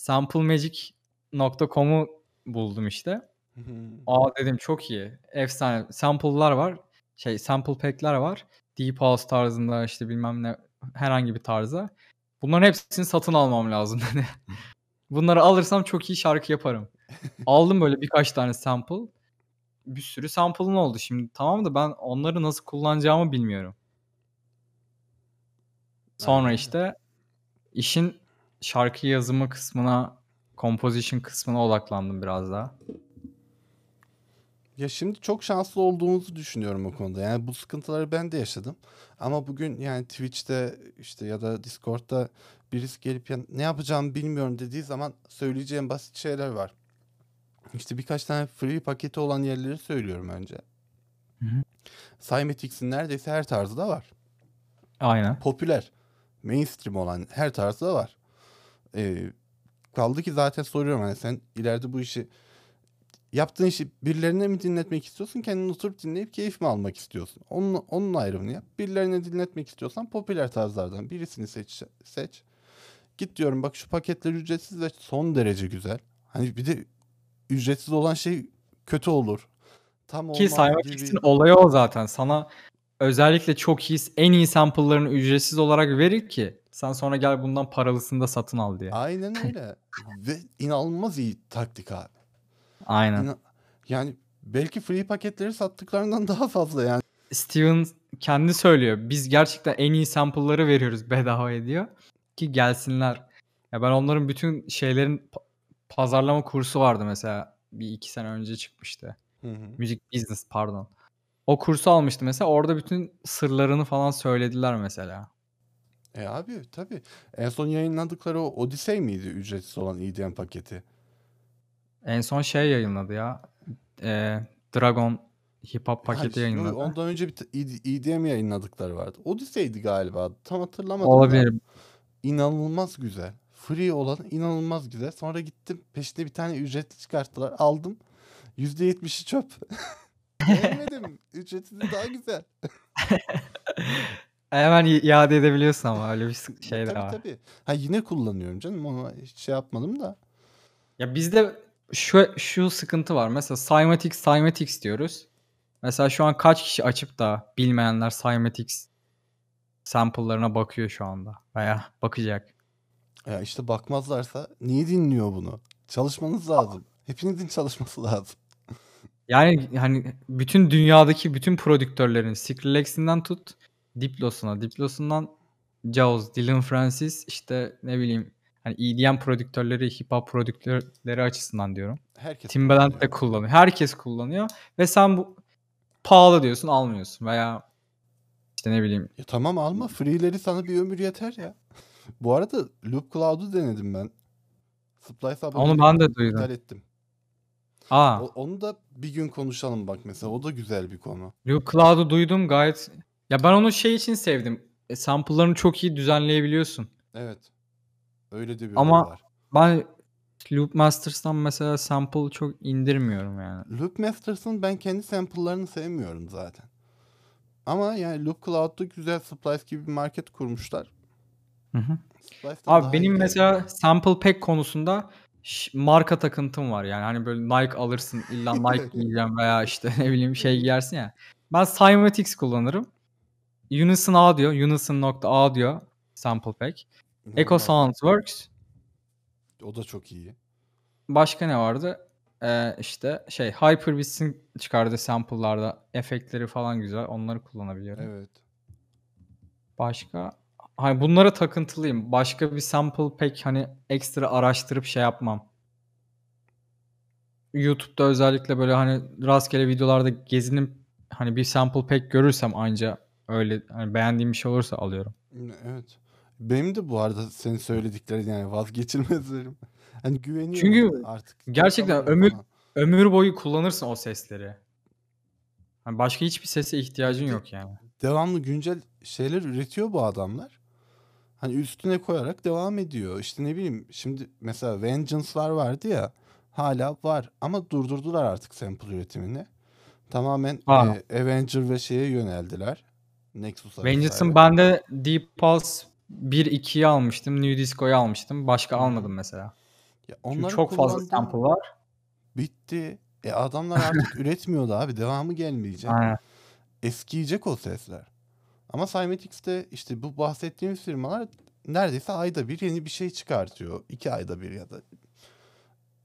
samplemagik.com'u buldum işte. A, dedim çok iyi. Efsane sample'lar var. Sample pack'ler var. Deep House tarzında, işte, bilmem ne, herhangi bir tarzda. Bunların hepsini satın almam lazım dedi. Bunları alırsam çok iyi şarkı yaparım. Aldım böyle birkaç tane sample. Bir sürü sample'ın oldu şimdi. Tamam da ben onları nasıl kullanacağımı bilmiyorum. Sonra Aynen öyle. işte işin şarkı yazımı kısmına, composition kısmına odaklandım biraz daha. Ya şimdi çok şanslı olduğumuzu düşünüyorum o konuda. Yani bu sıkıntıları ben de yaşadım. Ama bugün yani Twitch'te işte ya da Discord'da birisi gelip ya ne yapacağımı bilmiyorum dediği zaman söyleyeceğim basit şeyler var. İşte birkaç tane free paketi olan yerleri söylüyorum önce. Hı hı. Cymatics'in neredeyse her tarzı da var. Aynen. Popüler, mainstream olan her tarzı da var. Kaldı ki zaten soruyorum hani sen ileride bu işi yaptığın işi birilerine mi dinletmek istiyorsun? Kendin oturup dinleyip keyif mi almak istiyorsun? Onun ayrımını yap. Birilerine dinletmek istiyorsan popüler tarzlardan birisini seç. Git diyorum bak şu paketler ücretsiz ve son derece güzel. Hani bir de ücretsiz olan şey kötü olur. Tam Ki olmaz Cymatics'in gibi. olayı o zaten. Sana özellikle çok iyi, en iyi sample'larını ücretsiz olarak verir ki sen sonra gel bundan paralısını da satın al diye. Aynen öyle. Ve inanılmaz iyi taktik abi. Aynen. İna- yani belki free paketleri sattıklarından daha fazla yani. Steven kendi söylüyor. Biz gerçekten en iyi sample'ları veriyoruz bedava diyor ki gelsinler. Ya ben onların bütün şeylerin pazarlama kursu vardı mesela. Bir iki sene önce çıkmıştı. Hı hı. Müzik business pardon. O kursu almıştı mesela. Orada bütün sırlarını falan söylediler mesela. Abi tabii. En son yayınladıkları o Odyssey miydi ücretsiz olan EDM paketi? En son şey yayınladı ya. Dragon Hip Hop paketi yayınladı. Ondan önce bir EDM yayınladıkları vardı. Odyssey'di galiba. Tam hatırlamadım da. Olabilir. İnanılmaz güzel. Free olan inanılmaz güzel. Sonra gittim peşine bir tane ücretli çıkarttılar. Aldım. %70'i çöp. Beğenmedim. Ücretsiz daha güzel. Hemen iade edebiliyorsun ama öyle bir şey de Tabii var. tabii. Ha yine kullanıyorum canım. Onu hiç şey yapmadım da. Ya bizde şu sıkıntı var. Mesela Cymatics diyoruz. Mesela şu an kaç kişi açıp da bilmeyenler Cymatics sample'larına bakıyor şu anda veya bakacak. Ya işte bakmazlarsa niye dinliyor bunu? Çalışmanız lazım. Hepinizin çalışması lazım. Yani hani bütün dünyadaki bütün prodüktörlerin Skrillex'inden tut Diplos'undan Jaws, Dylan Francis işte ne bileyim hani EDM prodüktörleri, hip hop prodüktörleri açısından diyorum. Herkes Timbaland kullanıyor. de kullanıyor. Herkes kullanıyor ve sen bu pahalı diyorsun almıyorsun veya işte ne bileyim. Ya tamam alma. Free'leri sana bir ömür yeter ya. Bu arada Loop Cloud'u denedim ben. Splice Onu aboneliğimi ben de duydum. iptal ettim. Aa, Onu da bir gün konuşalım bak mesela. O da güzel bir konu. Luke Cloud'u duydum gayet. Ya ben onu şey için sevdim. Sample'larını çok iyi düzenleyebiliyorsun. Evet. Öyle de bir olayı Ama var. ben Loop Masters'tan mesela sample çok indirmiyorum yani. Loop Masters'ın ben kendi sample'larını sevmiyorum zaten. Ama yani Loop Cloud'da güzel Splice gibi bir market kurmuşlar. Hı hı. Splice'tan Abi daha iyi benim geliyor mesela bana. sample pack konusunda marka takıntım var yani. Hani böyle Nike alırsın illa Nike giyeceğim veya işte ne bileyim Hı şey hı. giyersin ya. Ben Cymatics kullanırım. Unison.audio sample pack. Echo İnanılmaz iyi. Soundworks. O da çok iyi. Başka ne vardı? İşte şey Hyperbeats'in çıkardığı sample'larda efektleri falan güzel. Onları kullanabiliyorum. Evet. Başka hani bunlara takıntılıyım. Başka bir sample pack hani ekstra araştırıp şey yapmam. YouTube'da özellikle böyle hani rastgele videolarda gezinip hani bir sample pack görürsem anca öyle hani beğendiğim bir şey olursa alıyorum. Evet. Benim de bu arada senin söylediklerin yani vazgeçilmezlerim. Hani güveniyorum Çünkü artık. gerçekten Kullanırım falan. ömür boyu kullanırsın o sesleri. Hani başka hiçbir sese Ya ihtiyacın bir de yok yani. devamlı güncel şeyler üretiyor bu adamlar. Hani üstüne koyarak devam ediyor. İşte ne bileyim şimdi mesela Vengeance'lar vardı ya. Hala var ama durdurdular artık sample üretimini. Tamamen Aa, Avenger ve şeye yöneldiler. Nexus'a Vengeance'ın vesaire. ben de Deep Pulse 1-2'yi almıştım. New Disco'yu almıştım. Başka Hı hı. almadım mesela. Ya Çünkü onları çok fazla sample kullandım. var. Bitti. Adamlar artık üretmiyordu abi. Devamı gelmeyecek. Aynen. Eskiyecek o sesler. Ama Cymatics'te işte bu bahsettiğimiz firmalar neredeyse ayda bir yeni bir şey çıkartıyor. 2 ayda bir ya da.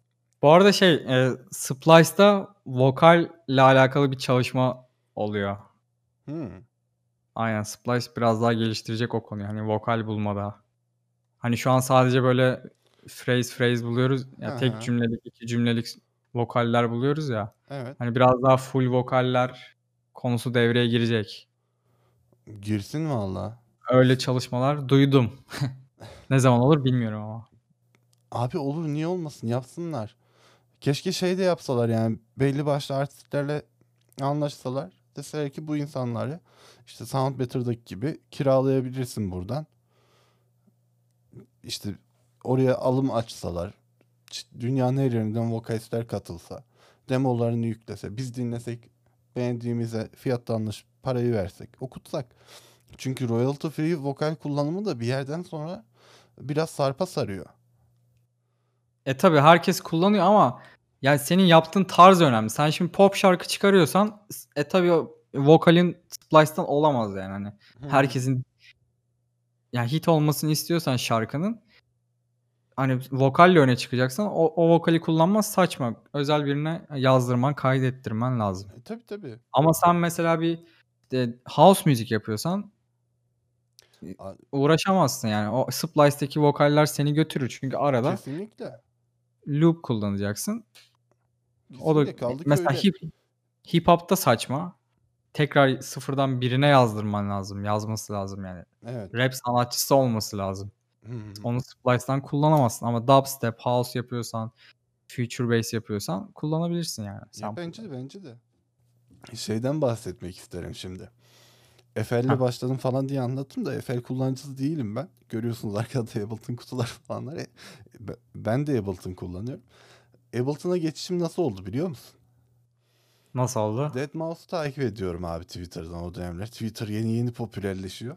Bu arada Splice'da vokalle alakalı bir çalışma oluyor. Hımm. Aynen, Splice biraz daha geliştirecek o konuyu, hani, vokal bulmada. Hani, şu an sadece böyle phrase buluyoruz. Hı Ya, tek hı. cümlelik, 2 cümlelik vokaller buluyoruz ya. Evet. Hani, biraz daha full vokaller konusu devreye girecek. Girsin valla. Öyle çalışmalar duydum. Ne zaman olur bilmiyorum ama. Abi olur, niye olmasın, yapsınlar. Keşke şey de yapsalar, yani belli başlı artistlerle anlaşsalar. Deseler ki bu insanları işte Soundbetter'daki gibi kiralayabilirsin buradan. İşte oraya alım açsalar. Dünyanın her yerinden vokalistler katılsa. Demolarını yüklese. Biz dinlesek, beğendiğimize fiyatta anlaşıp parayı versek. Okutsak. Çünkü royalty free vokal kullanımı da bir yerden sonra biraz sarpa sarıyor. Tabii herkes kullanıyor ama yani senin yaptığın tarz önemli. Sen şimdi pop şarkı çıkarıyorsan tabii o vokalin Splice'tan olamaz yani, hani. Hı hı. Herkesin yani hit olmasını istiyorsan şarkının, hani, vokalle öne çıkacaksan o vokali kullanman saçma. Özel birine yazdırman, kaydettirmen lazım. Tabii tabii. Ama sen mesela house müzik yapıyorsan A- uğraşamazsın yani. O Splice'daki vokaller seni götürür çünkü arada Kesinlikle. loop kullanacaksın. O da Kesinlikle, kaldı ki mesela öyle. hip hop'ta saçma. Tekrar sıfırdan birine yazdırman lazım. Yazması lazım yani. Evet. Rap sanatçısı olması lazım. Hı hı. Onu Splice'dan kullanamazsın ama dubstep, house yapıyorsan, future bass yapıyorsan kullanabilirsin yani Ya bence sample'ları. de, bence de. Şeyden bahsetmek isterim şimdi. FL'le Hah. başladım falan diye anlattım da FL kullanıcısı değilim ben. Görüyorsunuz arkada Ableton kutular falan var. Ben de Ableton kullanıyorum. Ableton'a geçişim nasıl oldu biliyor musun? Nasıl oldu? Deadmau5'u takip ediyorum abi Twitter'dan o dönemler. Twitter yeni yeni popülerleşiyor.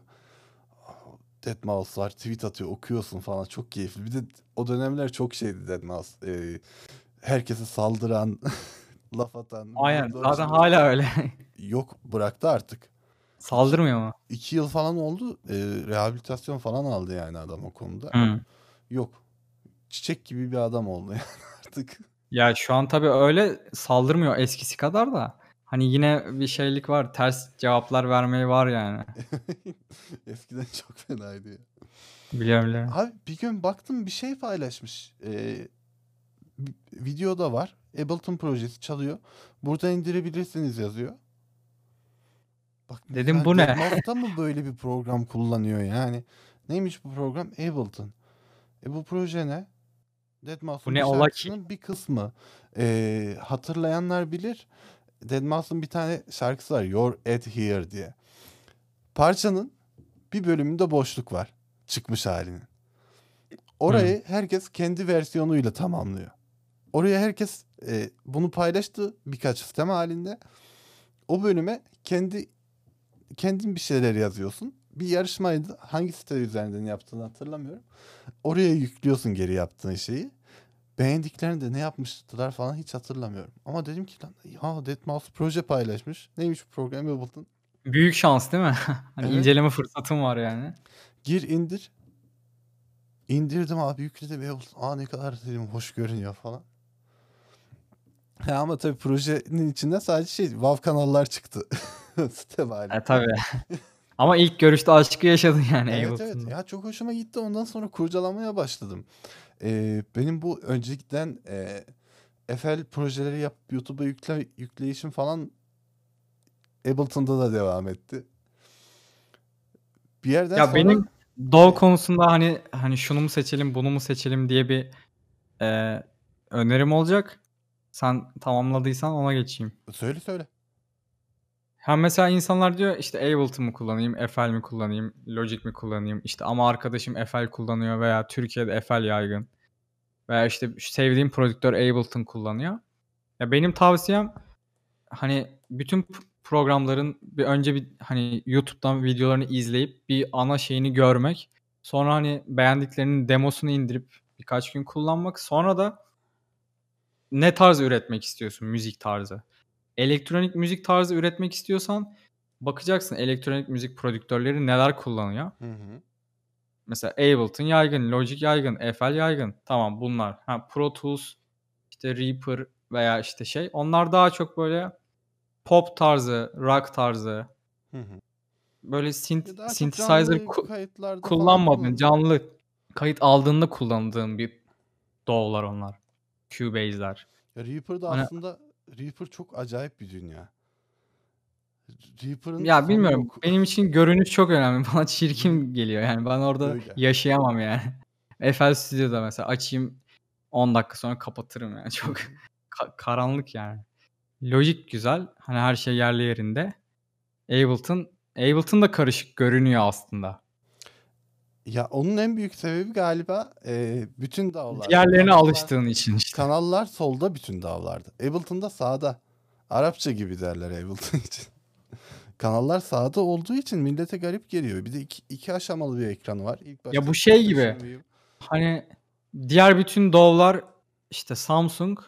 Deadmau5 var, tweet atıyor, okuyorsun falan, çok keyifli. Bir de o dönemler çok şeydi Deadmau5. Herkese saldıran, laf atan, Aynen. millet Zaten dolaşıyor. hâlâ öyle. Yok, bıraktı artık. İki, Saldırmıyor mu? 2 yıl falan oldu. Rehabilitasyon falan aldı yani adam o konuda. Hıı. Yok. Çiçek gibi bir adam oldu yani artık. Ya, şu an tabii öyle saldırmıyor eskisi kadar da. Hani yine bir şeylik var. Ters cevaplar vermeyi var yani. Eskiden çok fenaydı ya. Biliyorum, biliyorum. Abi bir gün baktım bir şey paylaşmış. Videoda var. Ableton projesi çalıyor. Burada indirebilirsiniz yazıyor. Baktım Dedim yani bu ne? Deadmau5'ta mı böyle bir program kullanıyor yani? Neymiş bu program? Ableton. Bu proje ne? Bu Deadmau5'un bir ne ola ki? şarkısının bir kısmı. Hatırlayanlar bilir. Deadmau5'un bir tane şarkısı var. You're at Here diye. Parçanın bir bölümünde boşluk var. Çıkmış halinin. Hıı. Orayı herkes kendi versiyonuyla tamamlıyor. Oraya herkes bunu paylaştı birkaç sistem halinde. O bölüme kendin bir şeyler yazıyorsun. Bir yarışmaydı. Hangi site üzerinden yaptığını hatırlamıyorum. Oraya yüklüyorsun geri yaptığın şeyi. Beğendiklerini de ne yapmıştılar falan hiç hatırlamıyorum. Ama dedim ki lan ya Deadmau5 proje paylaşmış. Neymiş bu program Ableton? Büyük şans değil mi? Hani Evet. inceleme fırsatın var yani. Gir indir. İndirdim abi, yükledim Ableton. Ne kadar dedim hoş görünüyor falan. Ama tabii projenin içinden sadece WAV kanallar çıktı. Sistem halinde. Tabii. Ama ilk görüşte aşkı yaşadın yani Evet evet, Ableton'la. ya çok hoşuma gitti, ondan sonra kurcalamaya başladım. Benim bu önceden FL projeleri yapıp YouTube'a yükleyişim falan Ableton'da da devam etti. Bir yerden Ya, sonra benim DAW e, konusunda, hani, şunu mu seçelim, bunu mu seçelim diye bir, eee, önerim olacak. Sen tamamladıysan ona geçeyim. söyle söyle. Mesela insanlar diyor, işte, Ableton mı kullanayım, FL mi kullanayım, Logic mi kullanayım, işte, ama arkadaşım FL kullanıyor veya Türkiye'de FL yaygın veya, işte, sevdiğim prodüktör Ableton kullanıyor. Ya, benim tavsiyem, hani, bütün programların önce hani, YouTube'dan videolarını izleyip bir ana şeyini görmek. Sonra, hani, beğendiklerinin demosunu indirip birkaç gün kullanmak. Sonra da ne tarz üretmek istiyorsun, müzik tarzı? Elektronik müzik tarzı üretmek istiyorsan bakacaksın elektronik müzik prodüktörleri neler kullanıyor. Hı hı. Mesela Ableton yaygın, Logic yaygın, FL yaygın. Tamam bunlar. Pro Tools, işte Reaper veya işte şey. Onlar daha çok böyle pop tarzı, rock tarzı, Hı hı. böyle Ya daha çok synthesizer canlı kayıtlarda falan kullanmadığın, kullanılıyor. canlı kayıt aldığında kullandığın bir DAW'lar onlar. Cubase'ler. Ya Reaper'da Hani aslında Reaper çok acayip bir dünya. Reaper'ın ya sonu bilmiyorum. yok. Benim için görünüş çok önemli. Bana Hı hı. çirkin geliyor. Yani ben orada Öyle. yaşayamam yani. FL Studio'da mesela açayım 10 dakika sonra kapatırım yani. Hı Çok hı. karanlık yani. Logic güzel. Hani her şey yerli yerinde. Ableton da karışık görünüyor aslında. Ya onun en büyük sebebi galiba bütün DAW'larda Diğerlerine alıştığın için işte. kanallar solda, bütün DAW'larda. Ableton'da sağda. Arapça gibi derler Ableton için. Kanallar sağda olduğu için millete garip geliyor. Bir de iki aşamalı bir ekranı var. İlk Ya başta bu şey Station gibi. View Hani diğer bütün DAW'lar işte Samsung,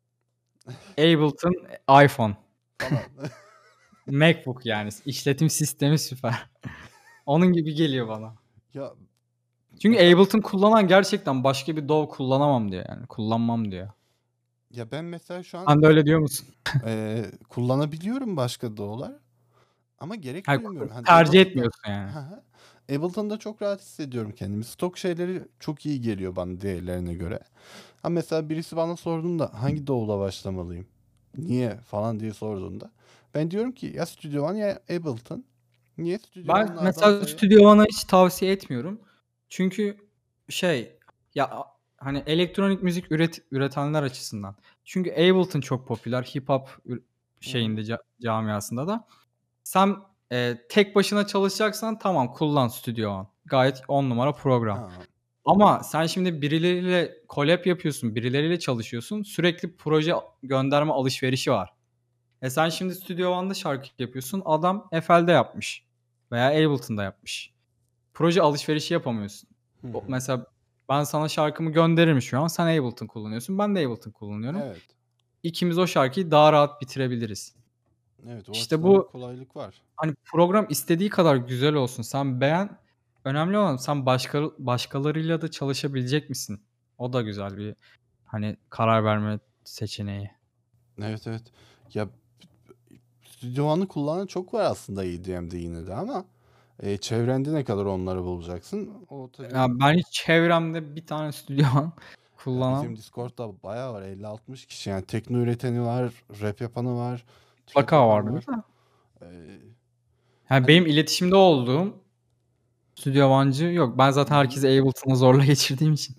Ableton, iPhone, falan. MacBook yani. İşletim sistemi süper. Onun gibi geliyor bana. Ya Çünkü mesela Ableton kullanan gerçekten başka bir DAW kullanamam diyor yani. Kullanmam diyor. ben mesela şu an Sen de öyle diyor musun? kullanabiliyorum başka DAW'lar ama gerek Ha, duymuyorum. Hani tercih Ableton'da etmiyorsun yani. Hı hı. Ableton'da çok rahat hissediyorum kendimi. Stok şeyleri çok iyi geliyor bana diğerlerine göre. Ha mesela birisi bana sorduğunda hangi DAW'la başlamalıyım? Niye falan diye sorduğunda ben diyorum ki ya Studio One ya Ableton. Niye Studio Ben One'ın A'dan mesela Z'ye? Studio One'ı hiç tavsiye etmiyorum. Çünkü şey ya hani elektronik müzik üretenler açısından. Çünkü Ableton çok popüler hip hop Hı hı. şeyinde camiasında da. Sen tek başına çalışacaksan tamam kullan Studio One. Gayet 10 numara program. Ha. Ama sen şimdi birileriyle collab yapıyorsun, birileriyle çalışıyorsun. Sürekli proje gönderme alışverişi var. Sen şimdi Studio One'da şarkı yapıyorsun. Adam FL'de yapmış veya Ableton'da yapmış. Proje alışverişi yapamıyorsun. Hı hı. Mesela ben sana şarkımı gönderirim şu an. Sen Ableton kullanıyorsun. Ben de Ableton kullanıyorum. Evet. İkimiz o şarkıyı daha rahat bitirebiliriz. Evet, o İşte açıdan bir bu kolaylık var. hani program istediği kadar güzel olsun. Sen beğen. Önemli olan sen başkalarıyla da çalışabilecek misin? O da güzel bir hani karar verme seçeneği. Evet, evet. Ya Studio One'ı kullanan çok var aslında EDM'de yine de ama çevrende ne kadar onları bulacaksın? O tabii. Ya ben hiç çevremde bir tane stüdyo Ya bizim kullanan Discord'da bayağı var, 50-60 kişi yani, tekno üreteni var, rap yapanı var, trap mutlaka yapanı vardır var. da. E, Yani benim hani iletişimde olduğum stüdyo yabancı yok. Ben hı zaten hı. herkesi Ableton'a zorla geçirdiğim için.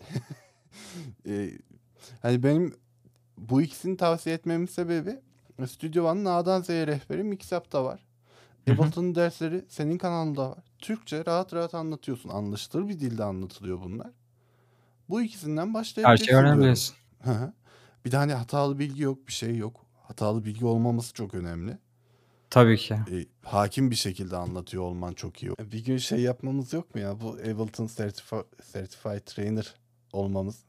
E, hani benim bu ikisini tavsiye etmemin sebebi Studio One'ın A'dan Z'ye rehberi Mixup'ta var. Hı hı. Ableton'un dersleri senin kanalında var. Türkçe rahat rahat anlatıyorsun. Anlaşılır bir dilde anlatılıyor bunlar. Bu ikisinden Her şeyi başlayabilirsin diyorum. öğrenebiliyorsun. Hı hı. Bir de hani hatalı bilgi yok, bir şey yok. Hatalı bilgi olmaması çok önemli. Tabii ki. Hakim bir şekilde anlatıyor olman çok iyi. Bir gün şey yapmamız yok mu ya? Bu Ableton Certified Trainer olmamız.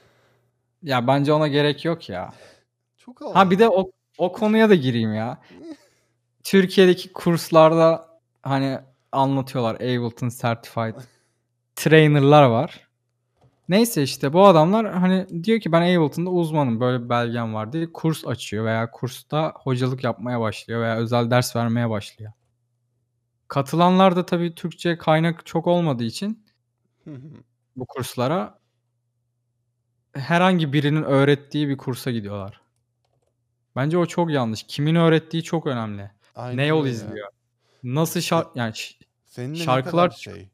Ya bence ona gerek yok ya. Çok Ha bir havalı. de o konuya da gireyim ya. Türkiye'deki kurslarda hani anlatıyorlar Ableton Certified Trainer'lar var. Neyse işte bu adamlar hani diyor ki ben Ableton'da uzmanım böyle bir belgem var diye kurs açıyor veya kursta hocalık yapmaya başlıyor veya özel ders vermeye başlıyor. Katılanlar da tabii Türkçe kaynak çok olmadığı için bu kurslara herhangi birinin öğrettiği bir kursa gidiyorlar. Bence o çok yanlış. Kimin öğrettiği çok önemli. Ne Aynen yol öyle ya. izliyor? Nasıl Se- yani seninle ne kadar şarkılar şey.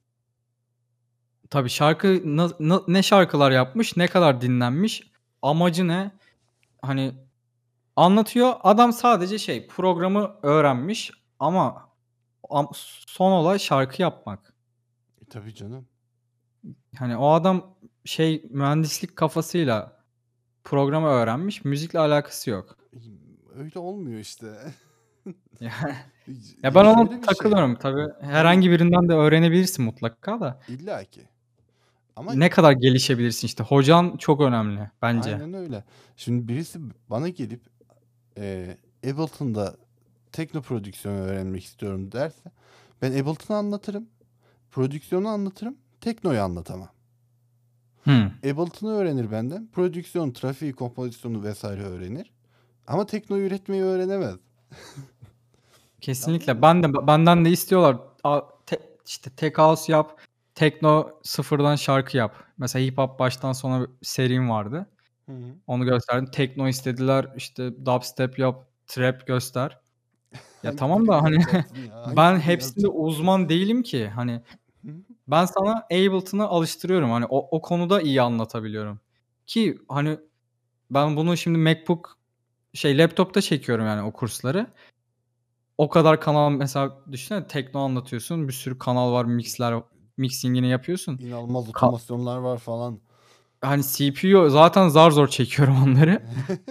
tabii şarkı ne şarkılar yapmış, ne kadar dinlenmiş, amacı ne? Hani anlatıyor. Adam sadece şey programı öğrenmiş ama son olay şarkı yapmak. Tabii canım. Hani o adam şey mühendislik kafasıyla programı öğrenmiş, müzikle alakası yok. Öyle olmuyor işte. Ya ya Ya ben ona şöyle bir şey. takılıyorum tabii. Hani Herhangi birinden de öğrenebilirsin mutlaka da. illaki. Ama Ne kadar gelişebilirsin işte. Hocan çok önemli bence. aynen öyle. Şimdi birisi bana gelip Ableton'da tekno prodüksiyonu öğrenmek istiyorum derse ben Ableton'u anlatırım, prodüksiyonu anlatırım, teknoyu anlatamam. Hımm. Ableton'u öğrenir benden. Prodüksiyon, trafiği, kompozisyonu vesaire öğrenir. Ama tekno üretmeyi öğrenemez. Anladın Kesinlikle. mı? Benden de istiyorlar. İşte tech house yap, tekno sıfırdan şarkı yap. Mesela hip hop baştan sona bir serim vardı. Hı hı. Onu gösterdim. Tekno istediler. İşte dubstep yap, trap göster. Ya Hangi tamam da birini hani yapacaksın ya? ben Hangi birini hepsinde yapacaksın? uzman değilim ki. Hani Hı hı. ben sana Ableton'ı alıştırıyorum. Hani o konuda iyi anlatabiliyorum. Ki hani ben bunu şimdi MacBook laptop'ta çekiyorum yani o kursları. O kadar kanal mesela düşünsene tekno anlatıyorsun. Bir sürü kanal var, mixing'ini yapıyorsun. İnanılmaz Ka otomasyonlar var falan. Hani CPU zaten zar zor çekiyorum onları.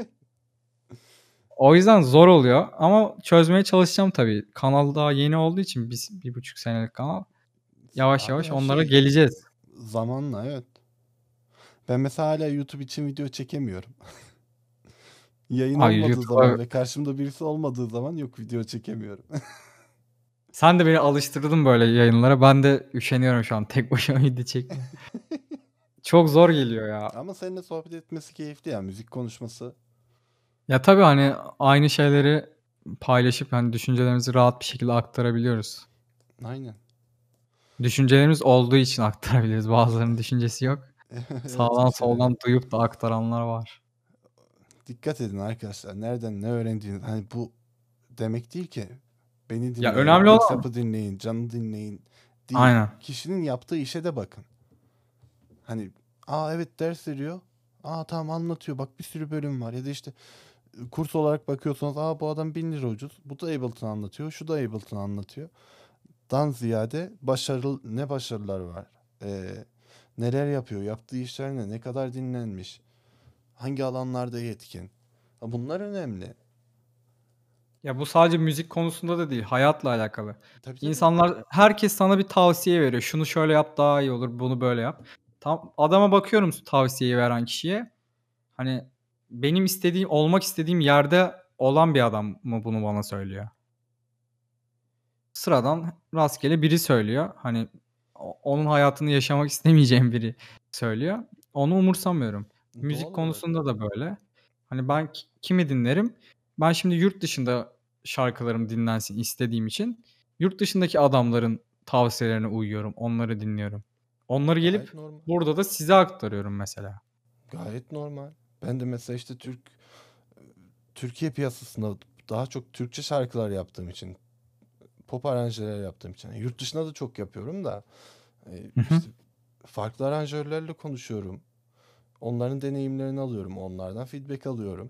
O yüzden zor oluyor ama çözmeye çalışacağım tabii. Kanal daha yeni olduğu için 1,5 senelik kanal. Yavaş Abi yavaş her onlara şey geleceğiz. zamanla, evet. Ben mesela hala YouTube için video çekemiyorum. Yayın Ay olmadığı YouTube'a zaman ve karşımda birisi olmadığı zaman yok, video çekemiyorum. sen de beni alıştırdın böyle yayınlara. Ben de üşeniyorum şu an tek başıma video çekmeye. Çok zor geliyor ya. Ama seninle sohbet etmesi keyifli ya, müzik konuşması. Ya tabii hani aynı şeyleri paylaşıp hani düşüncelerimizi rahat bir şekilde aktarabiliyoruz. Aynen. Düşüncelerimiz olduğu için aktarabiliriz. Bazılarının düşüncesi yok. Evet, Sağdan bir şeyleri. soldan duyup da aktaranlar var. Dikkat edin arkadaşlar. Nereden ne öğrendiğiniz. Hani bu demek değil ki beni Ya dinleyin, önemli olan Mixup'ı dinleyin, Can'ı dinleyin değil. aynen. Kişinin yaptığı işe de bakın. Hani evet ders veriyor. Tamam anlatıyor. Bak bir sürü bölüm var. Ya da işte kurs olarak bakıyorsanız bu adam 1.000 lira ucuz. Bu da Ableton anlatıyor. Şu da Ableton anlatıyor. Dan ziyade ne başarılar var. Neler yapıyor. Yaptığı işler ne kadar dinlenmiş. Hangi alanlarda yetkin. Bunlar önemli. Ya bu sadece müzik konusunda da değil, hayatla alakalı. Tabii tabii. Herkes sana bir tavsiye veriyor. Şunu şöyle yap daha iyi olur, bunu böyle yap. Adama bakıyorum tavsiyeyi veren kişiye. Hani benim olmak istediğim yerde olan bir adam mı bunu bana söylüyor? Sıradan rastgele biri söylüyor. Hani onun hayatını yaşamak istemeyeceğim biri söylüyor. Onu umursamıyorum. Doğal Müzik olarak. konusunda da böyle. Hani ben kimi dinlerim? Ben şimdi yurt dışında şarkılarım dinlensin istediğim için yurt dışındaki adamların tavsiyelerine uyuyorum. Onları dinliyorum. Onları gelip Gayet normal. burada da size aktarıyorum mesela. Gayet normal. Ben de mesela işte Türkiye piyasasında daha çok Türkçe şarkılar yaptığım için, pop aranjeler yaptığım için. Yurt dışında da çok yapıyorum da Hı hı. işte farklı aranjörlerle konuşuyorum. Onların deneyimlerini alıyorum. Onlardan feedback alıyorum.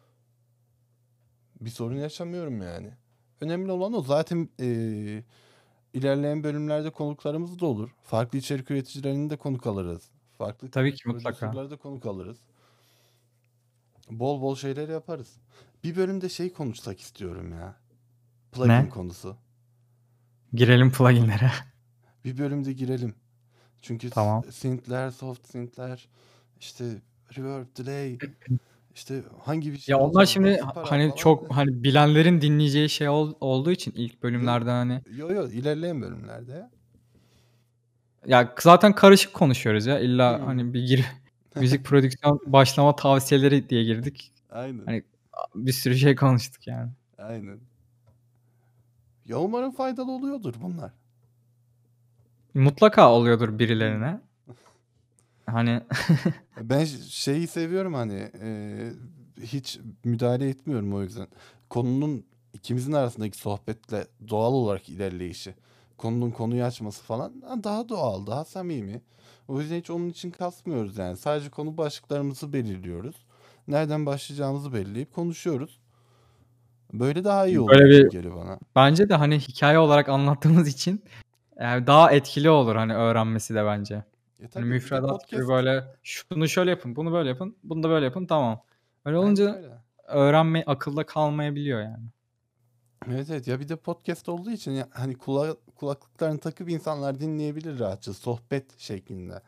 Bir sorun yaşamıyorum yani. Önemli olan o. Zaten ilerleyen bölümlerde konuklarımız da olur. Farklı içerik üreticilerini de konuk alırız. Farklı Tabii ki mutlaka. prodüserleri de konuk alırız. Bol bol şeyler yaparız. Bir bölümde konuşsak istiyorum ya. Plugin Ne? konusu. Girelim plugin'lere. Bir bölümde girelim. Çünkü Tamam. synthler, soft synthler, işte reverb, delay, işte hangi bir Ya şey onlar olacak, şimdi nasıl para hani falan. çok hani bilenlerin dinleyeceği şey olduğu için ilk Yo bölümlerde hani yo ilerleyen bölümlerde ya. ya zaten karışık konuşuyoruz ya. İlla Hı. hani müzik prodüksiyon başlama tavsiyeleri diye girdik. Aynen. Hani bir sürü şey konuştuk yani. Aynen. Ya umarım faydalı oluyordur bunlar. Mutlaka oluyordur Hı. birilerine. Hani Ben seviyorum hani hiç müdahale etmiyorum o yüzden. Konunun ikimizin arasındaki sohbetle doğal olarak ilerleyişi. Konunun konuyu açması falan daha doğal, daha samimi. O yüzden hiç onun için kasmıyoruz yani. Sadece konu başlıklarımızı belirliyoruz. Nereden başlayacağımızı belirleyip konuşuyoruz. Böyle daha iyi olur böyle gibi bir geliyor bana. bence de hani hikaye olarak anlattığımız için daha etkili olur hani öğrenmesi de bence. Hani Tabii bir de müfredat gibi podcast. böyle şunu şöyle yapın, bunu böyle yapın, bunu da böyle yapın tamam. Öyle Aynen olunca öyle. akılda kalmayabiliyor yani. Evet evet, ya bir de podcast olduğu için hani kulaklıklarını takıp insanlar dinleyebilir rahatça sohbet şeklinde.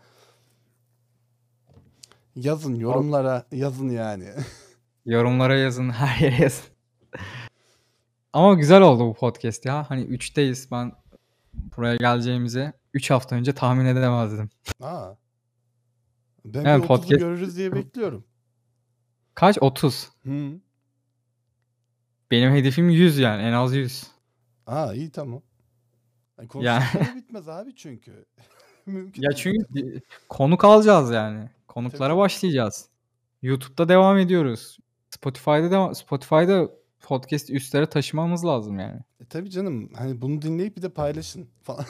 Yazın O yorumlara yazın yani. yorumlara yazın, her yere yazın. Ama güzel oldu bu podcast ya. Hani 3'teyiz. Ben buraya geleceğimizi 3 hafta önce tahmin edemezdim. Aa, Ben bir Evet 30'u podcast görürüz diye bekliyorum. kaç? 30. Hı. Benim hedefim 100 yani en az 100. Aa iyi tamam. Yani Konuştukları bitmez abi çünkü. Mümkün ya değil. çünkü konuk alacağız yani. Tabii Konuklara tabii. başlayacağız. YouTube'da devam ediyoruz. Spotify'da podcast üstlere taşımamız lazım yani. Tabii canım. Hani bunu dinleyip bir de paylaşın falan.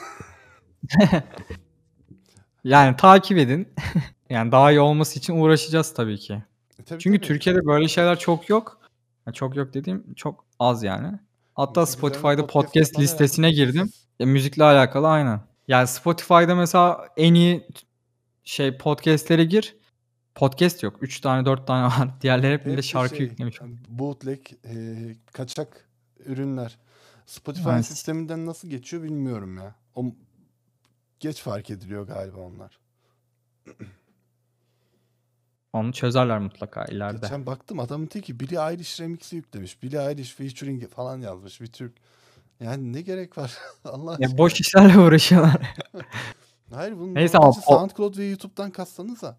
Yani takip edin. Yani daha iyi olması için uğraşacağız tabii ki. Tabii Çünkü tabii. Türkiye'de böyle şeyler çok yok. Ya çok yok dediğim çok az yani. Hatta Çünkü üzerine Spotify'da podcast podcast yapan herhalde listesine çok girdim. sessiz. Müzikle alakalı aynen. Yani Spotify'da mesela en iyi podcast'lere gir. Podcast yok. 3 tane 4 tane var. Diğerleri hep millet Hepsi şarkı yüklemiş. bootleg, kaçak ürünler. Spotify Yani sisteminden nasıl geçiyor bilmiyorum ya. Geç fark ediliyor galiba onlar. onu çözerler mutlaka ileride. Geçen baktım adamın teki Billie Eilish remix'i yüklemiş. Billie Eilish featuring falan yazmış bir Türk. Yani ne gerek var Allah Ya aşkına. boş işlerle uğraşıyorlar. Hayır bunun Neyse ama amacı SoundCloud ve YouTube'dan kassanıza.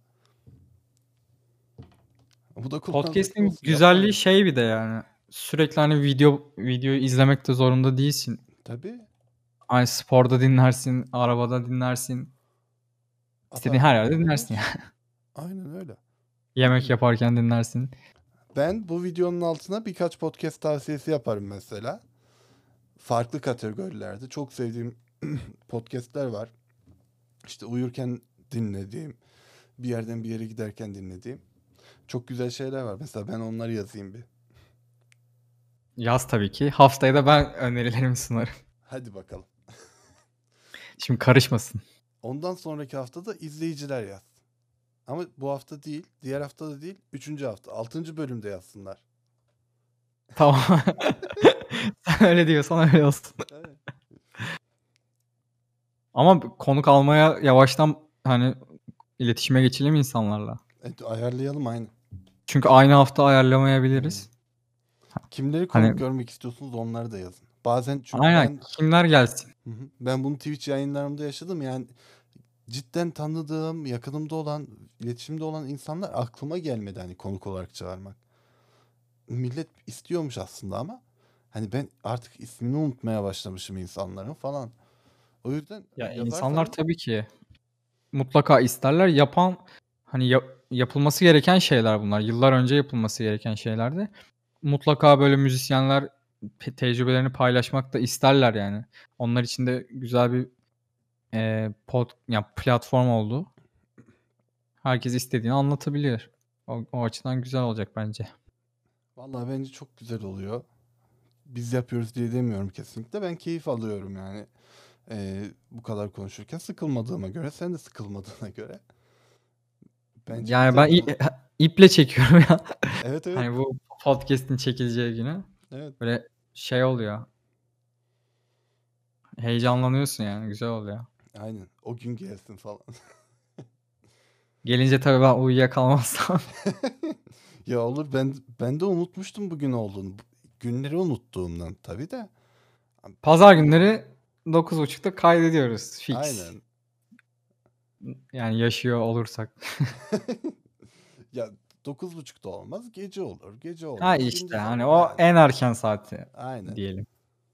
Bu da kullanılabilir podcast'in olsun. güzelliği Yapmayın. bir de yani. Sürekli hani videoyu izlemek de zorunda değilsin. Tabii. Hani sporda dinlersin, arabada dinlersin. İstediğin her yerde Apartmanda dinlersin yani. dinlersin. Aynen öyle. Yemek yaparken dinlersin. Ben bu videonun altına birkaç podcast tavsiyesi yaparım mesela. Farklı kategorilerde. Çok sevdiğim podcastler var. İşte uyurken dinlediğim, bir yerden bir yere giderken dinlediğim. Çok güzel şeyler var. Mesela ben onları yazayım bir. Yaz tabii ki. Haftaya da ben önerilerimi sunarım. Hadi bakalım. Şimdi karışmasın. Ondan sonraki haftada izleyiciler yaz. Ama bu hafta değil, diğer hafta da değil, 3. hafta, 6. bölümde yazsınlar. Tamam. Sen öyle diyorsan öyle olsun. Evet. Ama konuk almaya yavaştan hani iletişime geçelim insanlarla. Evet, ayarlayalım aynı. Çünkü aynı hafta ayarlamayabiliriz. Kimleri konuk Hani görmek istiyorsunuz onları da yazın. Bazen çünkü aynen kimler gelsin? ben bunu Twitch yayınlarımda yaşadım. Yani cidden tanıdığım, yakınımda olan, iletişimde olan insanlar aklıma gelmedi hani konuk olarak çağırmak. Millet istiyormuş aslında ama hani ben artık ismini unutmaya başlamışım insanların falan. O yüzden Ya insanlar yazarsanız tabii ki mutlaka isterler. Hani yapılması gereken şeyler bunlar. Yıllar önce yapılması gereken şeylerdi. Mutlaka böyle müzisyenler tecrübelerini paylaşmak da isterler yani. Onlar için de güzel bir platform oldu. Herkes istediğini anlatabilir. O açıdan güzel olacak bence. vallahi bence çok güzel oluyor. Biz yapıyoruz diye demiyorum kesinlikle. Ben keyif alıyorum yani. Bu kadar konuşurken sıkılmadığıma göre, sen de sıkılmadığına göre. Bence Yani güzel ben ya. iple çekiyorum ya. Evet evet. Hani bu podcast'in çekileceği günü. Evet. Böyle oluyor. Heyecanlanıyorsun yani. Güzel oluyor. Aynen. O gün gelsin falan. Gelince tabii ben uyuyakalmazsam. Ya olur ben de unutmuştum bugün olduğunu. Günleri unuttuğumdan tabii de. Pazar günleri 9.30'da kaydediyoruz. Fix. Aynen. Yani yaşıyor olursak. Ya 9.30'da olmaz, gece olur. Gece Ha olmaz, işte gündüz hani olur o yani. en erken saati Aynen. diyelim.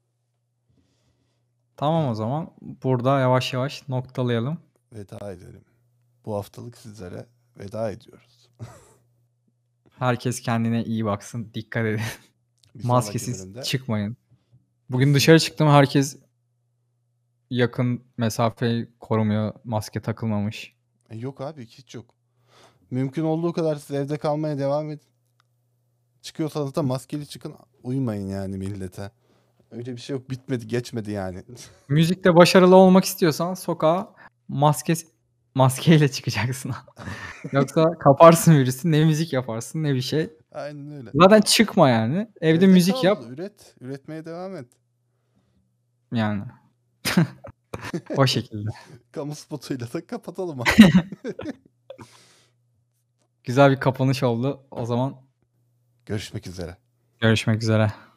Tamam o zaman. Burada yavaş yavaş noktalayalım. Veda edelim. Bu haftalık sizlere veda ediyoruz. Herkes kendine iyi baksın. Dikkat edin. Bir sonraki Maskesiz bölümde çıkmayın. Bugün dışarı kesinlikle. çıktım. Herkes yakın mesafeyi korumuyor. Maske takılmamış. Yok abi hiç yok. Mümkün olduğu kadar siz evde kalmaya devam edin. Çıkıyorsanız da maskeli çıkın. Uymayın yani millete. Öyle bir şey yok. Bitmedi, geçmedi yani. Müzikte başarılı olmak istiyorsan sokağa maskeyle çıkacaksın. Yoksa kaparsın virüsü. Ne müzik yaparsın ne bir şey. Aynen öyle. Zaten çıkma yani. Evde Evde müzik kal, yap. üret. Üretmeye devam et. Yani o şekilde. Kamu spotuyla da kapatalım. Güzel bir kapanış oldu. O zaman Görüşmek üzere. görüşmek üzere.